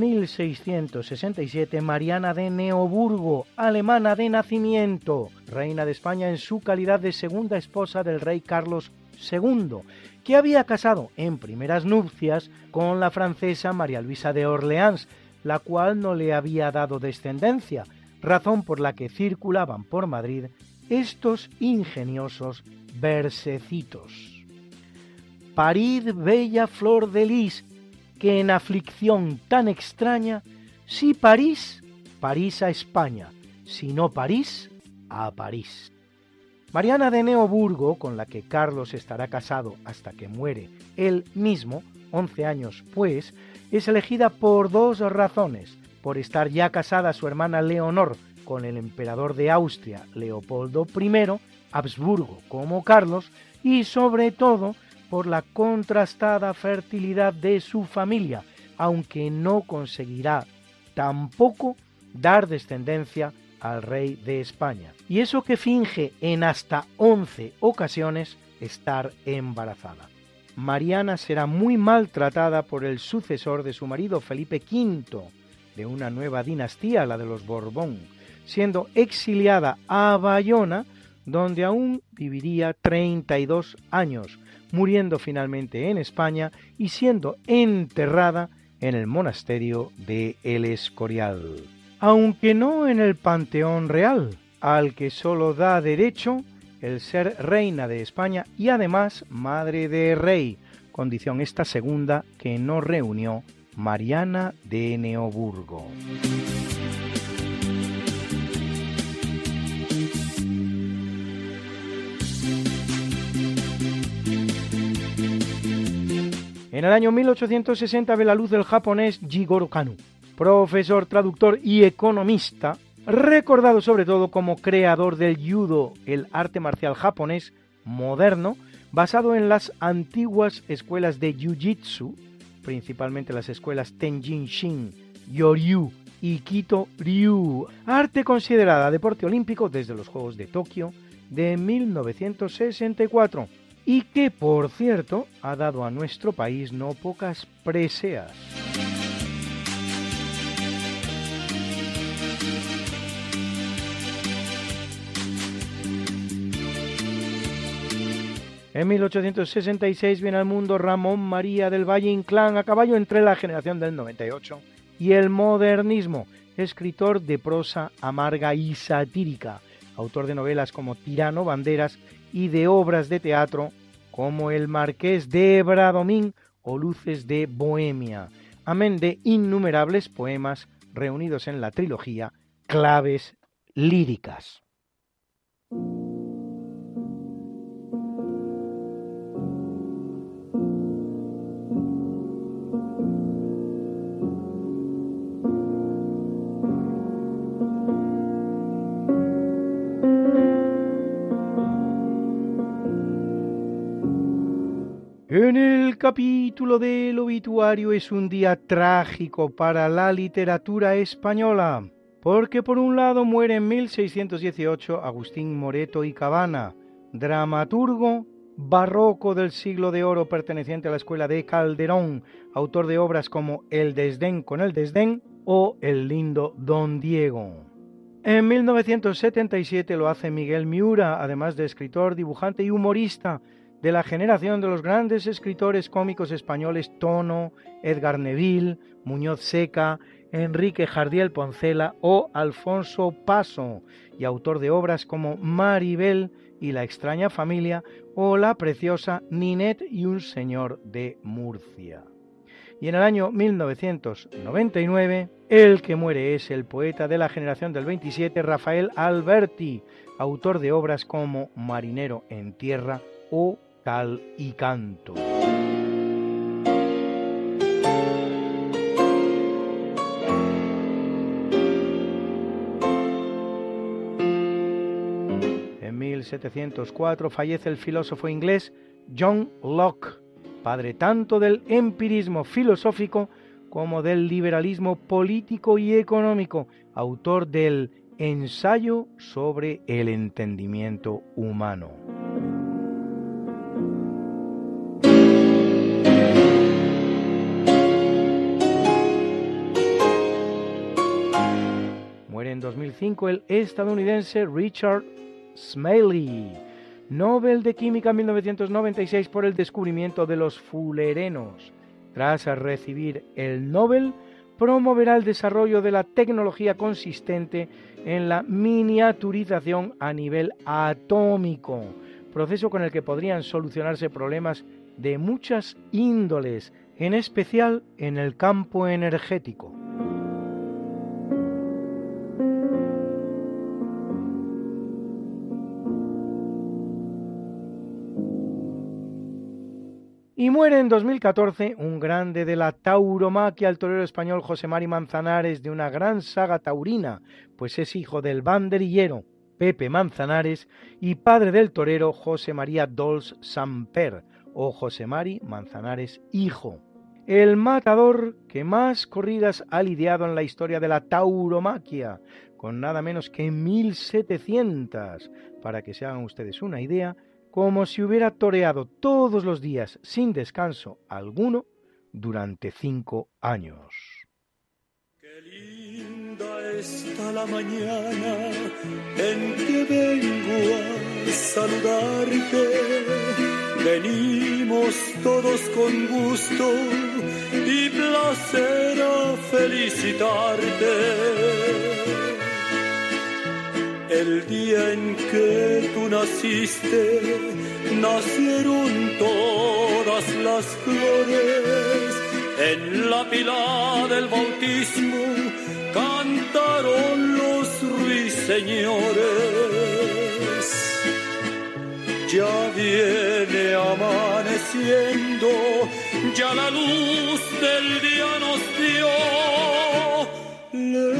1667 Mariana de Neoburgo, alemana de nacimiento, reina de España en su calidad de segunda esposa del rey Carlos II, que había casado en primeras nupcias con la francesa María Luisa de Orleans, la cual no le había dado descendencia, razón por la que circulaban por Madrid estos ingeniosos versecitos. Parid bella flor de lis, que en aflicción tan extraña, si París, París a España, si no París, a París. Mariana de Neoburgo, con la que Carlos estará casado hasta que muere él mismo, 11 años pues, es elegida por dos razones: por estar ya casada su hermana Leonor con el emperador de Austria, Leopoldo I, Habsburgo como Carlos, y sobre todo por la contrastada fertilidad de su familia, aunque no conseguirá tampoco dar descendencia al rey de España. Y eso que finge en hasta 11 ocasiones estar embarazada. Mariana será muy maltratada por el sucesor de su marido Felipe V, de una nueva dinastía, la de los Borbón, siendo exiliada a Bayona, donde aún viviría 32 años, muriendo finalmente en España y siendo enterrada en el monasterio de El Escorial, aunque no en el Panteón Real, al que solo da derecho el ser reina de España y además madre de rey, condición esta segunda que no reunió Mariana de Neoburgo. En el año 1860 ve la luz el japonés Jigoro Kano, profesor, traductor y economista, recordado sobre todo como creador del judo, el arte marcial japonés moderno, basado en las antiguas escuelas de jiu-jitsu, principalmente las escuelas Tenjin-shin, Yoryu y Kito-ryu, arte considerada deporte olímpico desde los Juegos de Tokio de 1964. Y que, por cierto, ha dado a nuestro país no pocas preseas. En 1866 viene al mundo Ramón María del Valle Inclán, a caballo entre la generación del 98 y el modernismo, escritor de prosa amarga y satírica, autor de novelas como Tirano, Banderas y de obras de teatro como El Marqués de Bradomín o Luces de Bohemia, amén de innumerables poemas reunidos en la trilogía Claves Líricas. En el capítulo del obituario es un día trágico para la literatura española, porque por un lado muere en 1618 Agustín Moreto y Cabana, dramaturgo barroco del siglo de oro perteneciente a la escuela de Calderón, autor de obras como El desdén con el desdén o El lindo Don Diego. En 1977 lo hace Miguel Miura, además de escritor, dibujante y humorista, de la generación de los grandes escritores cómicos españoles Tono, Edgar Neville, Muñoz Seca, Enrique Jardiel Poncela o Alfonso Paso, y autor de obras como Maribel y La extraña familia o la preciosa Ninette y un señor de Murcia. Y en el año 1999, el que muere es el poeta de la generación del 27, Rafael Alberti, autor de obras como Marinero en tierra o Cal y canto. En 1704 fallece el filósofo inglés John Locke, padre tanto del empirismo filosófico como del liberalismo político y económico, autor del Ensayo sobre el entendimiento humano. Muere en 2005 el estadounidense Richard Smalley, Nobel de Química en 1996 por el descubrimiento de los fulerenos. Tras recibir el Nobel, promoverá el desarrollo de la tecnología consistente en la miniaturización a nivel atómico, proceso con el que podrían solucionarse problemas de muchas índoles, en especial en el campo energético. Y muere en 2014 un grande de la tauromaquia, el torero español José Mari Manzanares, de una gran saga taurina, pues es hijo del banderillero Pepe Manzanares y padre del torero José María Dols Samper, o José Mari Manzanares hijo. El matador que más corridas ha lidiado en la historia de la tauromaquia, con nada menos que 1700, para que se hagan ustedes una idea, como si hubiera toreado todos los días sin descanso alguno durante 5 años. Qué linda está la mañana en que vengo a saludarte. Venimos todos con gusto y placer a felicitarte. El día en que tú naciste, nacieron todas las flores. En la pila del bautismo cantaron los ruiseñores. Ya viene amaneciendo, ya la luz del día nos dio.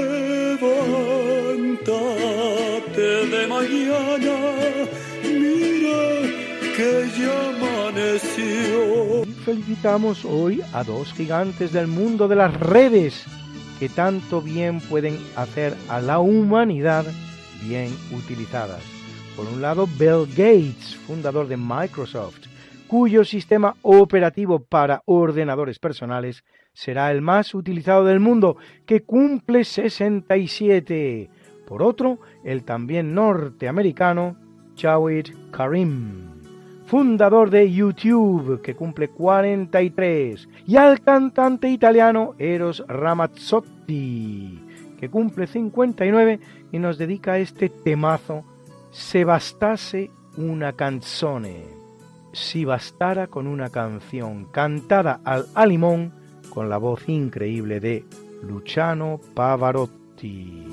Levántate de mañana, mira que ya amaneció. Felicitamos hoy a dos gigantes del mundo de las redes que tanto bien pueden hacer a la humanidad bien utilizadas. Por un lado, Bill Gates, fundador de Microsoft, cuyo sistema operativo para ordenadores personales será el más utilizado del mundo, que cumple 67. Por otro, el también norteamericano Jawed Karim, fundador de YouTube, que cumple 43, y al cantante italiano Eros Ramazzotti, que cumple 59 y nos dedica este temazo, Se bastase una canzone, si bastara con una canción, cantada al limón con la voz increíble de Luciano Pavarotti.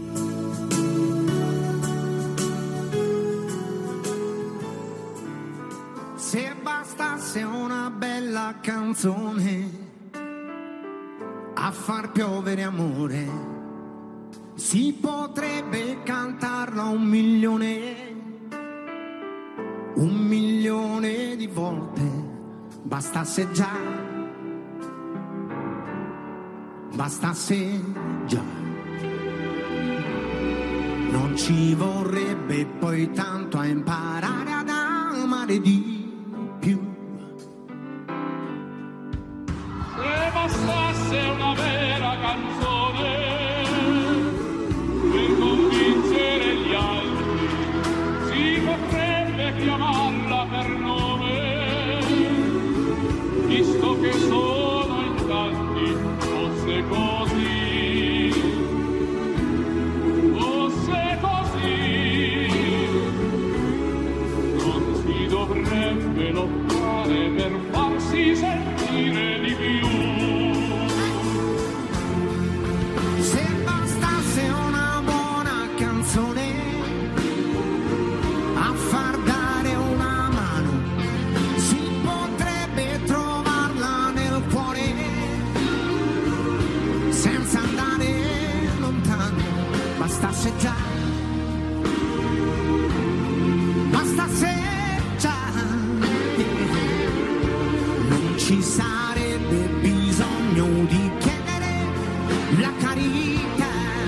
Se bastasse una bella canzone a far piovere amore, si potrebbe cantarla 1.000.000 di volte, bastasse già, bastasse già. Non ci vorrebbe poi tanto a imparare ad amare di più. Se bastasse una vera canzone per convincere gli altri, si potrebbe chiamarla per nome, visto che sono in tanti, fosse così, fosse così, non si dovrebbe lottare per farsi sentire di più. Se bastasse una buona canzone a far dare una mano, si potrebbe trovarla nel cuore senza andare lontano, bastasse già, bastasse già, non ci sarebbe bisogno di chiedere la carità,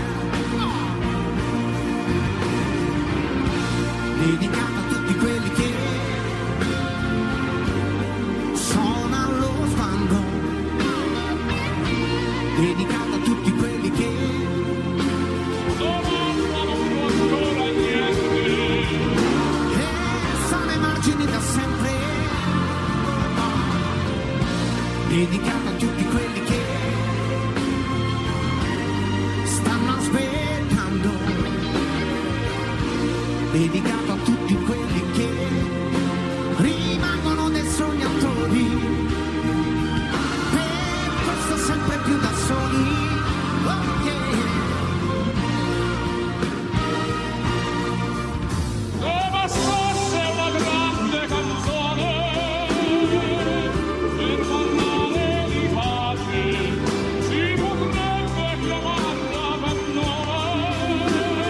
dedicata a tutti quelli che sono allo sbando, dedicata a tutti quelli che sono ai margini da sempre, dedicata a tutti quelli che stanno aspettando, dedicato a tutti quelli che rimangono dei sognatori, per questo sempre più da soli. Oh yeah. Se bastasse una grande canzone per parlare di pace, si potrebbe chiamarla per nome,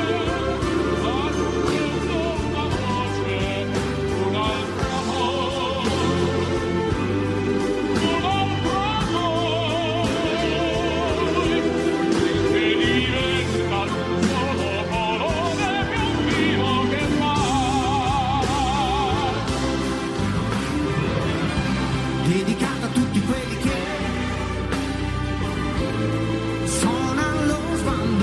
accendendo una voce, un'altra voce, un'altra voce, che diventa solo colore più vivo che mai. Dedicata a tutti quelli che sono allo sbando,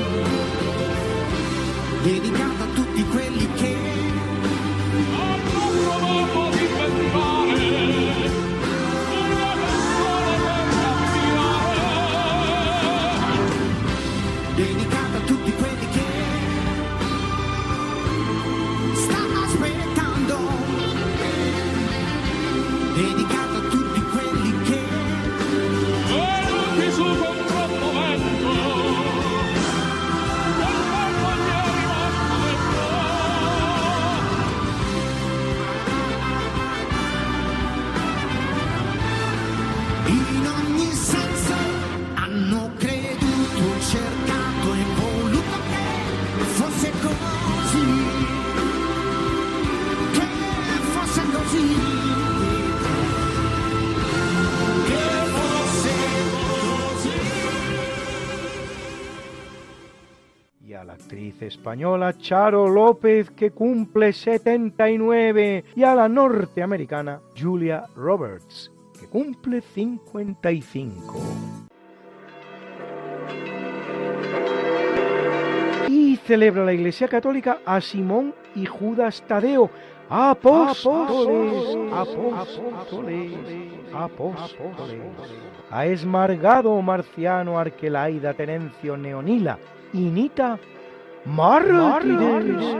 dedicata a tutti quelli che hanno provato ad inventare una canzone per cambiare, dedicata a tutti quelli che stanno aspettando, dedicata a tutti quelli che venuti su con troppo vento, quel vento gli è rimasto dentro. in ogni senso hanno creduto, cercato e voluto che fosse così, che fosse così, che fosse così. Y a la actriz española Charo López, que cumple 79, y a la norteamericana Julia Roberts, que cumple 55. Y celebra la Iglesia Católica a Simón y Judas Tadeo, apóstoles, apóstoles, apóstoles. A Esmargado, Marciano, Arquelaida, Terencio, Neonila, Inita, mártires,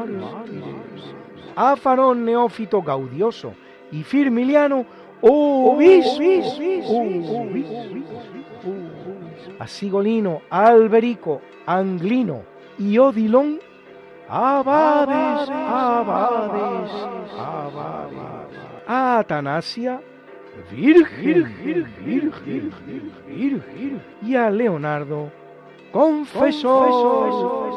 a Farón, Neófito, Gaudioso y Firmiliano, obispos, a Sigolino, Alberico, Anglino y Odilón, abades, a Atanasia, virgen, y a Leonardo, confesor.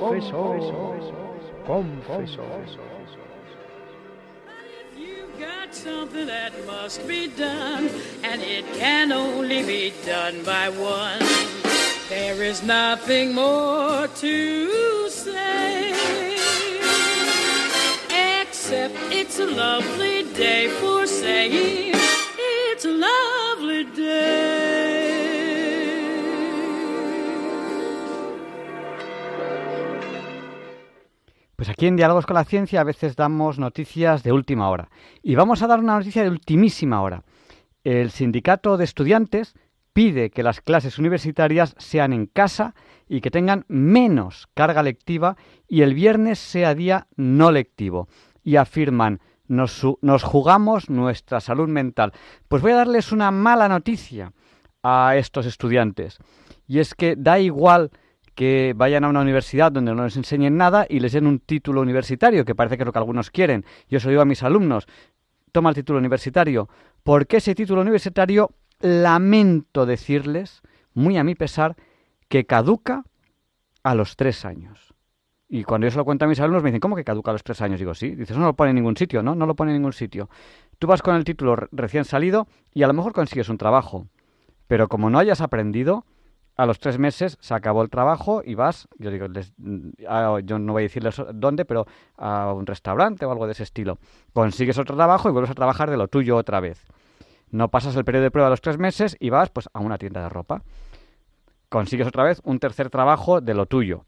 Got something that must be done, and it can only be done by one. There is nothing more to say, except it's a lovely day for saying it's a lovely day. Pues aquí en Diálogos con la Ciencia a veces damos noticias de última hora. Y vamos a dar una noticia de ultimísima hora. El sindicato de estudiantes pide que las clases universitarias sean en casa y que tengan menos carga lectiva y el viernes sea día no lectivo. Y afirman, nos jugamos nuestra salud mental. Pues voy a darles una mala noticia a estos estudiantes. Y es que da igual que vayan a una universidad donde no les enseñen nada y les den un título universitario, que parece que es lo que algunos quieren. Yo se lo digo a mis alumnos, toma el título universitario, porque ese título universitario, lamento decirles, muy a mi pesar, que caduca a los 3 años. Y cuando yo se lo cuento a mis alumnos me dicen, ¿cómo que caduca a los 3 años? Digo, sí. Dices, no lo pone en ningún sitio, ¿no? No lo pone en ningún sitio. Tú vas con el título recién salido y a lo mejor consigues un trabajo, pero como no hayas aprendido, a los 3 meses se acabó el trabajo y vas, yo digo, yo no voy a decirles dónde, pero a un restaurante o algo de ese estilo. Consigues otro trabajo y vuelves a trabajar de lo tuyo otra vez. No pasas el periodo de prueba a los 3 meses y vas pues a una tienda de ropa. Consigues otra vez un tercer trabajo de lo tuyo.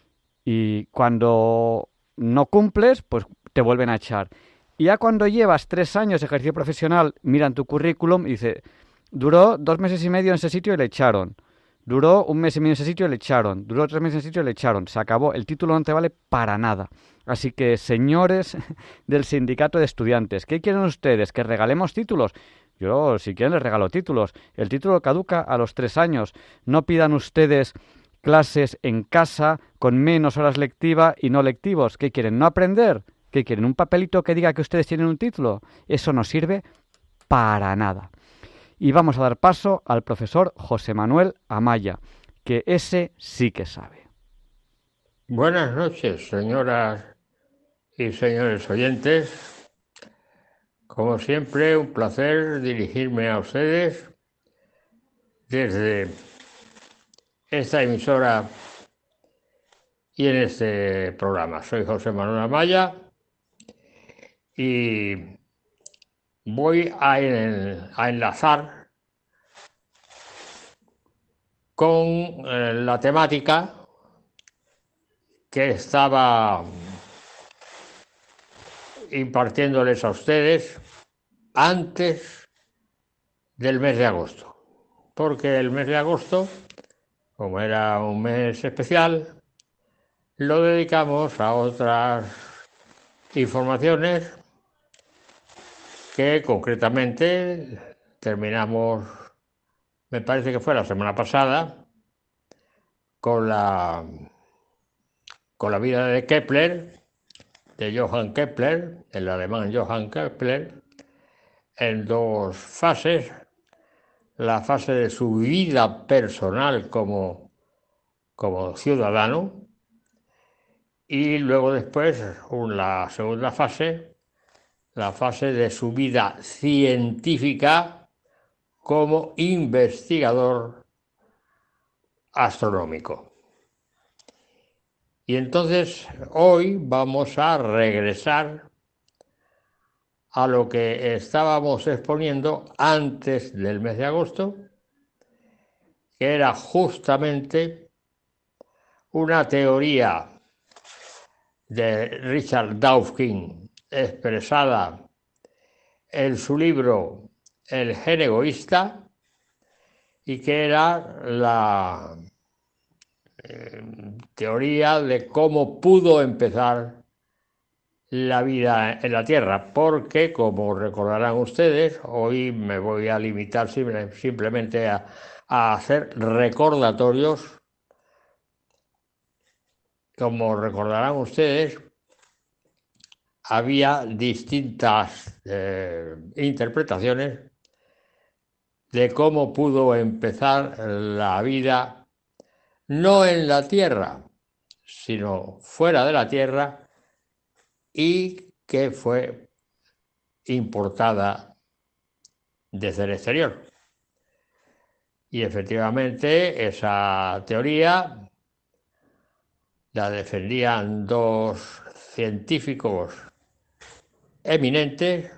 Y cuando no cumples, pues te vuelven a echar. Y ya cuando llevas 3 años de ejercicio profesional, miran tu currículum y dice, duró 2 meses y medio en ese sitio y le echaron. Duró 1 mes y medio en ese sitio y le echaron. Duró 3 meses en ese sitio y le echaron. Se acabó. El título no te vale para nada. Así que, señores del sindicato de estudiantes, ¿qué quieren ustedes? ¿Que regalemos títulos? Yo, si quieren, les regalo títulos. El título caduca a los 3 años. No pidan ustedes clases en casa con menos horas lectivas y no lectivos. ¿Qué quieren? ¿No aprender? ¿Qué quieren? ¿Un papelito que diga que ustedes tienen un título? Eso no sirve para nada. Y vamos a dar paso al profesor José Manuel Amaya, que ese sí que sabe. Buenas noches, señoras y señores oyentes. Como siempre, un placer dirigirme a ustedes desde esta emisora y en este programa. Soy José Manuel Amaya y voy a enlazar con la temática que estaba impartiéndoles a ustedes antes del mes de agosto. Porque el mes de agosto, como era un mes especial, lo dedicamos a otras informaciones que concretamente terminamos, me parece que fue la semana pasada, con la vida de Kepler, de Johann Kepler, el alemán Johann Kepler, en 2 fases. La fase de su vida personal como ciudadano y luego después la segunda fase, la fase de su vida científica como investigador astronómico. Y entonces hoy vamos a regresar a lo que estábamos exponiendo antes del mes de agosto, que era justamente una teoría de Richard Dawkins expresada en su libro El gen egoísta, y que era la teoría de cómo pudo empezar la vida en la Tierra, porque, como recordarán ustedes, hoy me voy a limitar simplemente a hacer recordatorios. Como recordarán ustedes, había distintas interpretaciones de cómo pudo empezar la vida, no en la Tierra, sino fuera de la Tierra, y que fue importada desde el exterior. Y efectivamente esa teoría la defendían dos científicos eminentes,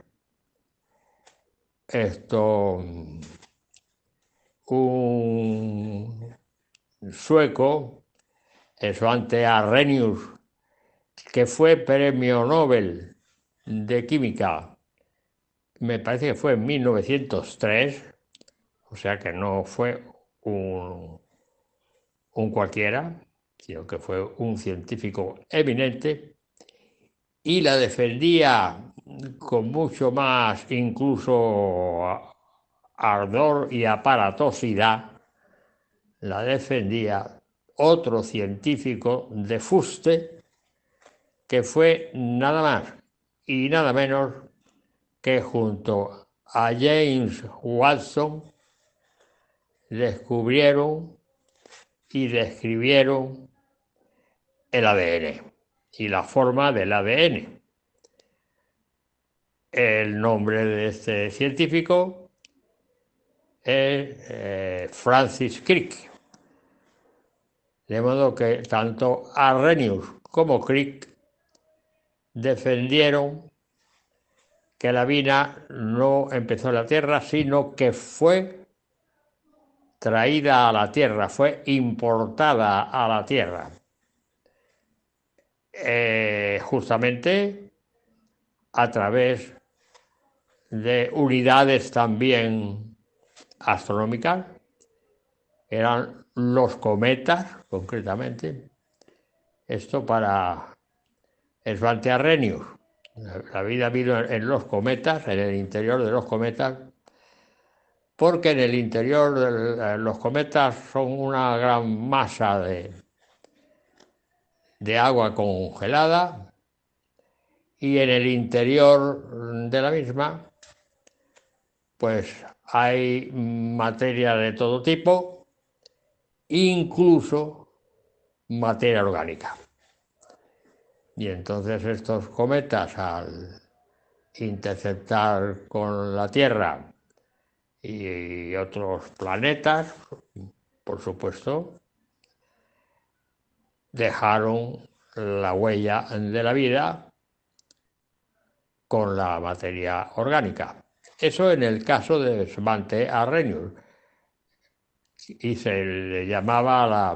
un sueco, Svante Arrhenius, que fue premio Nobel de Química, me parece que fue en 1903, o sea que no fue un cualquiera, sino que fue un científico eminente, y la defendía con mucho más incluso ardor y aparatosidad, la defendía otro científico de fuste, que fue nada más y nada menos que junto a James Watson descubrieron y describieron el ADN y la forma del ADN. El nombre de este científico es Francis Crick. De modo que tanto Arrhenius como Crick defendieron que la vida no empezó en la Tierra, sino que fue traída a la Tierra, fue importada a la Tierra. Justamente a través de unidades también astronómicas, eran los cometas, concretamente. Esto para Svante Arrhenius. La vida vino en los cometas, en el interior de los cometas, porque en el interior de los cometas son una gran masa de agua congelada, y en el interior de la misma pues hay materia de todo tipo, incluso materia orgánica. Y entonces estos cometas, al interceptar con la Tierra y otros planetas, por supuesto, dejaron la huella de la vida con la materia orgánica. Eso en el caso de Svante Arrhenius. Y se le llamaba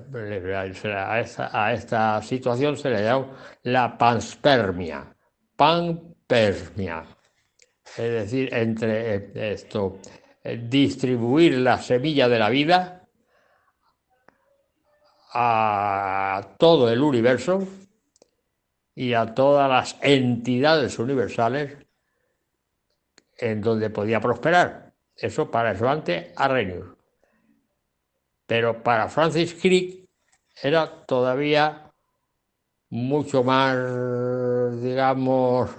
a esta situación se le llamó la panspermia. Panspermia. Es decir, entre esto, distribuir la semilla de la vida a todo el universo y a todas las entidades universales en donde podía prosperar. Eso para Svante Arrhenius. Pero para Francis Crick era todavía mucho más, digamos,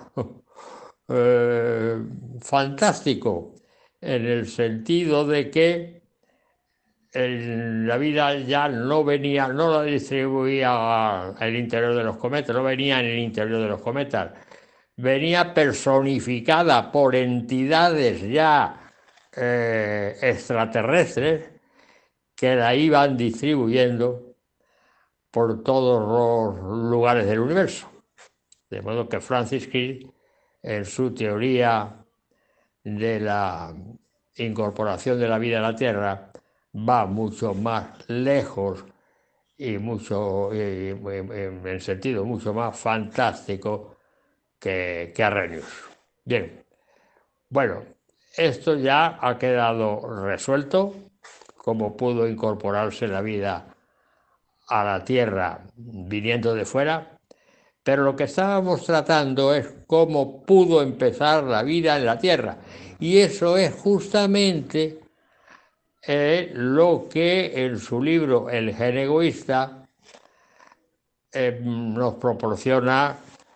fantástico, en el sentido de que la vida ya no venía, no la distribuía al interior de los cometas, no venía en el interior de los cometas, venía personificada por entidades ya extraterrestres que la iban distribuyendo por todos los lugares del universo. De modo que Francis Crick, en su teoría de la incorporación de la vida a la Tierra, va mucho más lejos y en sentido mucho más fantástico que Arrhenius. Bien, bueno, esto ya ha quedado resuelto, cómo pudo incorporarse la vida a la Tierra viniendo de fuera, pero lo que estábamos tratando es cómo pudo empezar la vida en la Tierra, y eso es justamente lo que en su libro El gen egoísta nos proporciona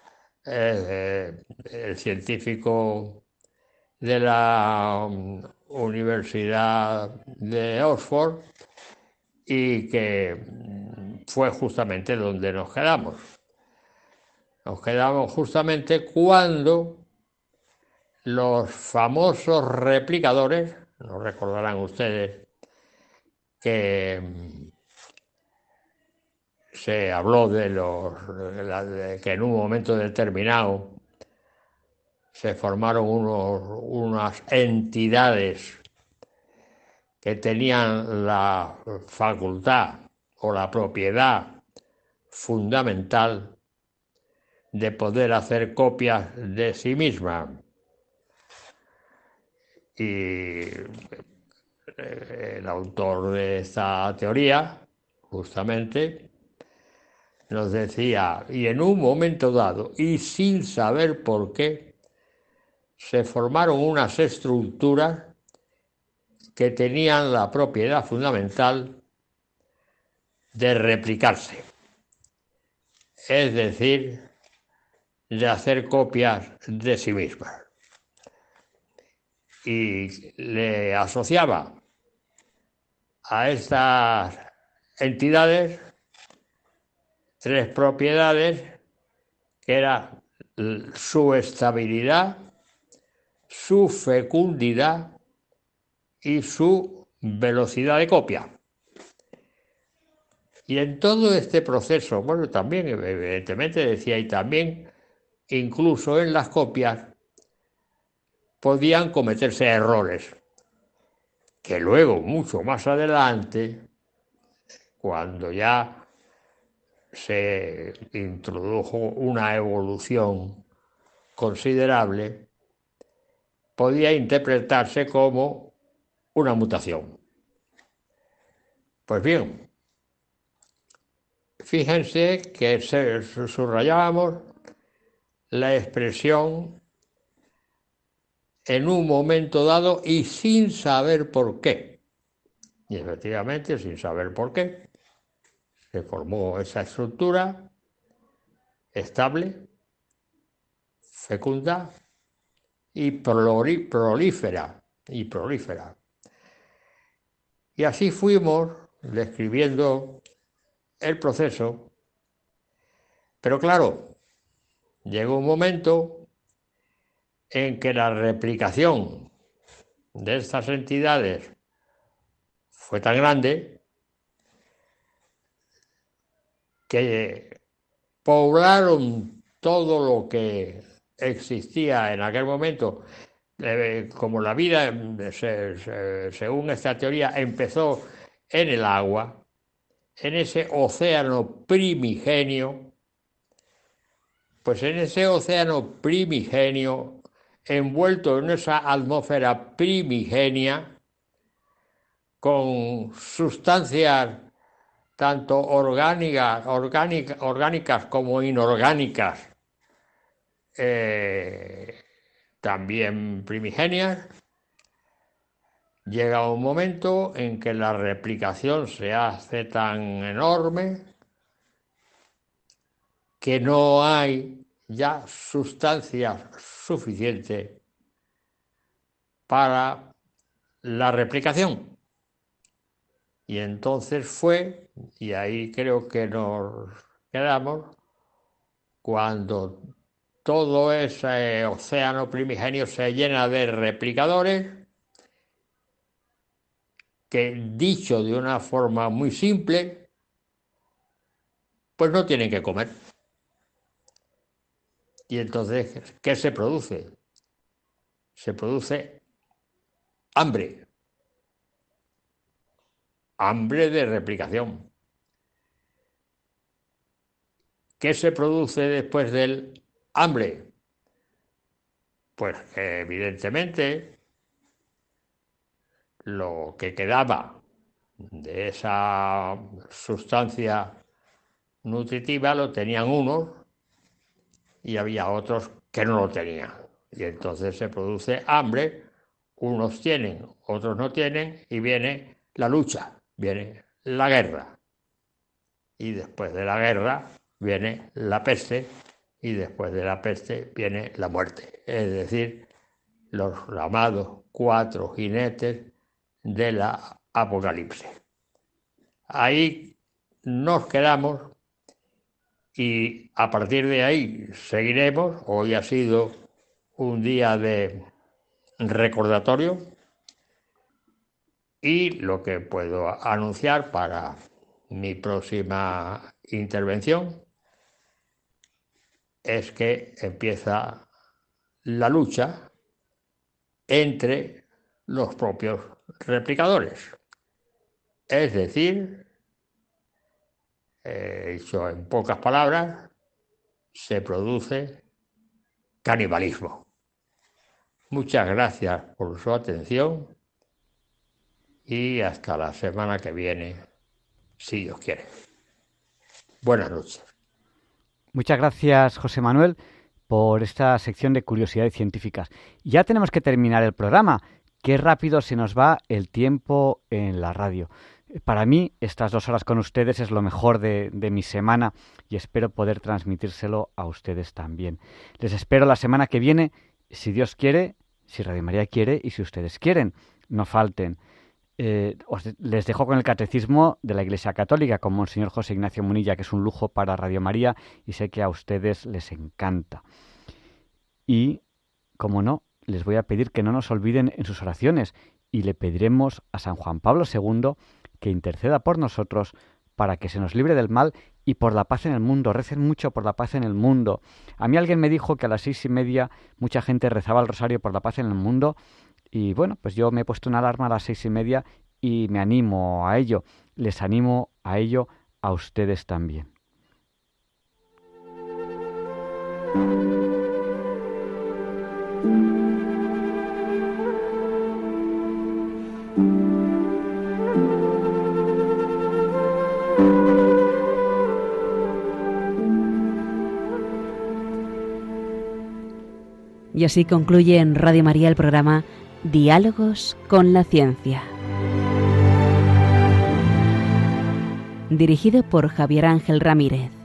el científico de la Universidad de Oxford, y que fue justamente donde nos quedamos. Nos quedamos justamente cuando los famosos replicadores, no recordarán ustedes que se habló de que en un momento determinado se formaron unas entidades que tenían la facultad o la propiedad fundamental de poder hacer copias de sí mismas. Y el autor de esta teoría, justamente, nos decía, y en un momento dado, y sin saber por qué, se formaron unas estructuras que tenían la propiedad fundamental de replicarse, es decir, de hacer copias de sí mismas. Y le asociaba a estas entidades 3 propiedades, que eran su estabilidad, su fecundidad y su velocidad de copia. Y en todo este proceso, bueno, también evidentemente decía, y también incluso en las copias podían cometerse errores, que luego, mucho más adelante, cuando ya se introdujo una evolución considerable, podía interpretarse como una mutación. Pues bien, fíjense que subrayábamos la expresión en un momento dado y sin saber por qué. Y efectivamente, sin saber por qué, se formó esa estructura estable, fecunda y prolífera. Y así fuimos describiendo el proceso, pero claro, llegó un momento en que la replicación de estas entidades fue tan grande que poblaron todo lo que existía en aquel momento. Como la vida, según esta teoría, empezó en el agua, en ese océano primigenio, pues en ese océano primigenio, envuelto en esa atmósfera primigenia, con sustancias tanto orgánicas como inorgánicas, también primigenias, llega un momento en que la replicación se hace tan enorme que no hay ya sustancias suficientes para la replicación. Y entonces fue, y ahí creo que nos quedamos, cuando todo ese océano primigenio se llena de replicadores que, dicho de una forma muy simple, pues no tienen que comer. Y entonces, ¿qué se produce? Se produce hambre. Hambre de replicación. ¿Qué se produce después del hambre? Pues que evidentemente lo que quedaba de esa sustancia nutritiva lo tenían unos y había otros que no lo tenían. Y entonces se produce hambre, unos tienen, otros no tienen, y viene la lucha, viene la guerra. Y después de la guerra viene la peste, y después de la peste viene la muerte. Es decir, los llamados 4 jinetes de la Apocalipsis. Ahí nos quedamos y a partir de ahí seguiremos. Hoy ha sido un día de recordatorio y lo que puedo anunciar para mi próxima intervención es que empieza la lucha entre los propios replicadores. Es decir, dicho en pocas palabras, se produce canibalismo. Muchas gracias por su atención y hasta la semana que viene, si Dios quiere. Buenas noches. Muchas gracias, José Manuel, por esta sección de curiosidades científicas. Ya tenemos que terminar el programa. Qué rápido se nos va el tiempo en la radio. Para mí, estas 2 horas con ustedes es lo mejor de mi semana y espero poder transmitírselo a ustedes también. Les espero la semana que viene, si Dios quiere, si Radio María quiere y si ustedes quieren. No falten. Les dejo con el Catecismo de la Iglesia Católica con Monseñor José Ignacio Munilla, que es un lujo para Radio María y sé que a ustedes les encanta. Y, como no, les voy a pedir que no nos olviden en sus oraciones y le pediremos a San Juan Pablo II que interceda por nosotros para que se nos libre del mal y por la paz en el mundo. Recen mucho por la paz en el mundo. A mí alguien me dijo que a las 6:30 mucha gente rezaba el rosario por la paz en el mundo y bueno, pues yo me he puesto una alarma a las 6:30 y me animo a ello. Les animo a ello a ustedes también. Y así concluye en Radio María el programa Diálogos con la Ciencia, dirigido por Javier Ángel Ramírez.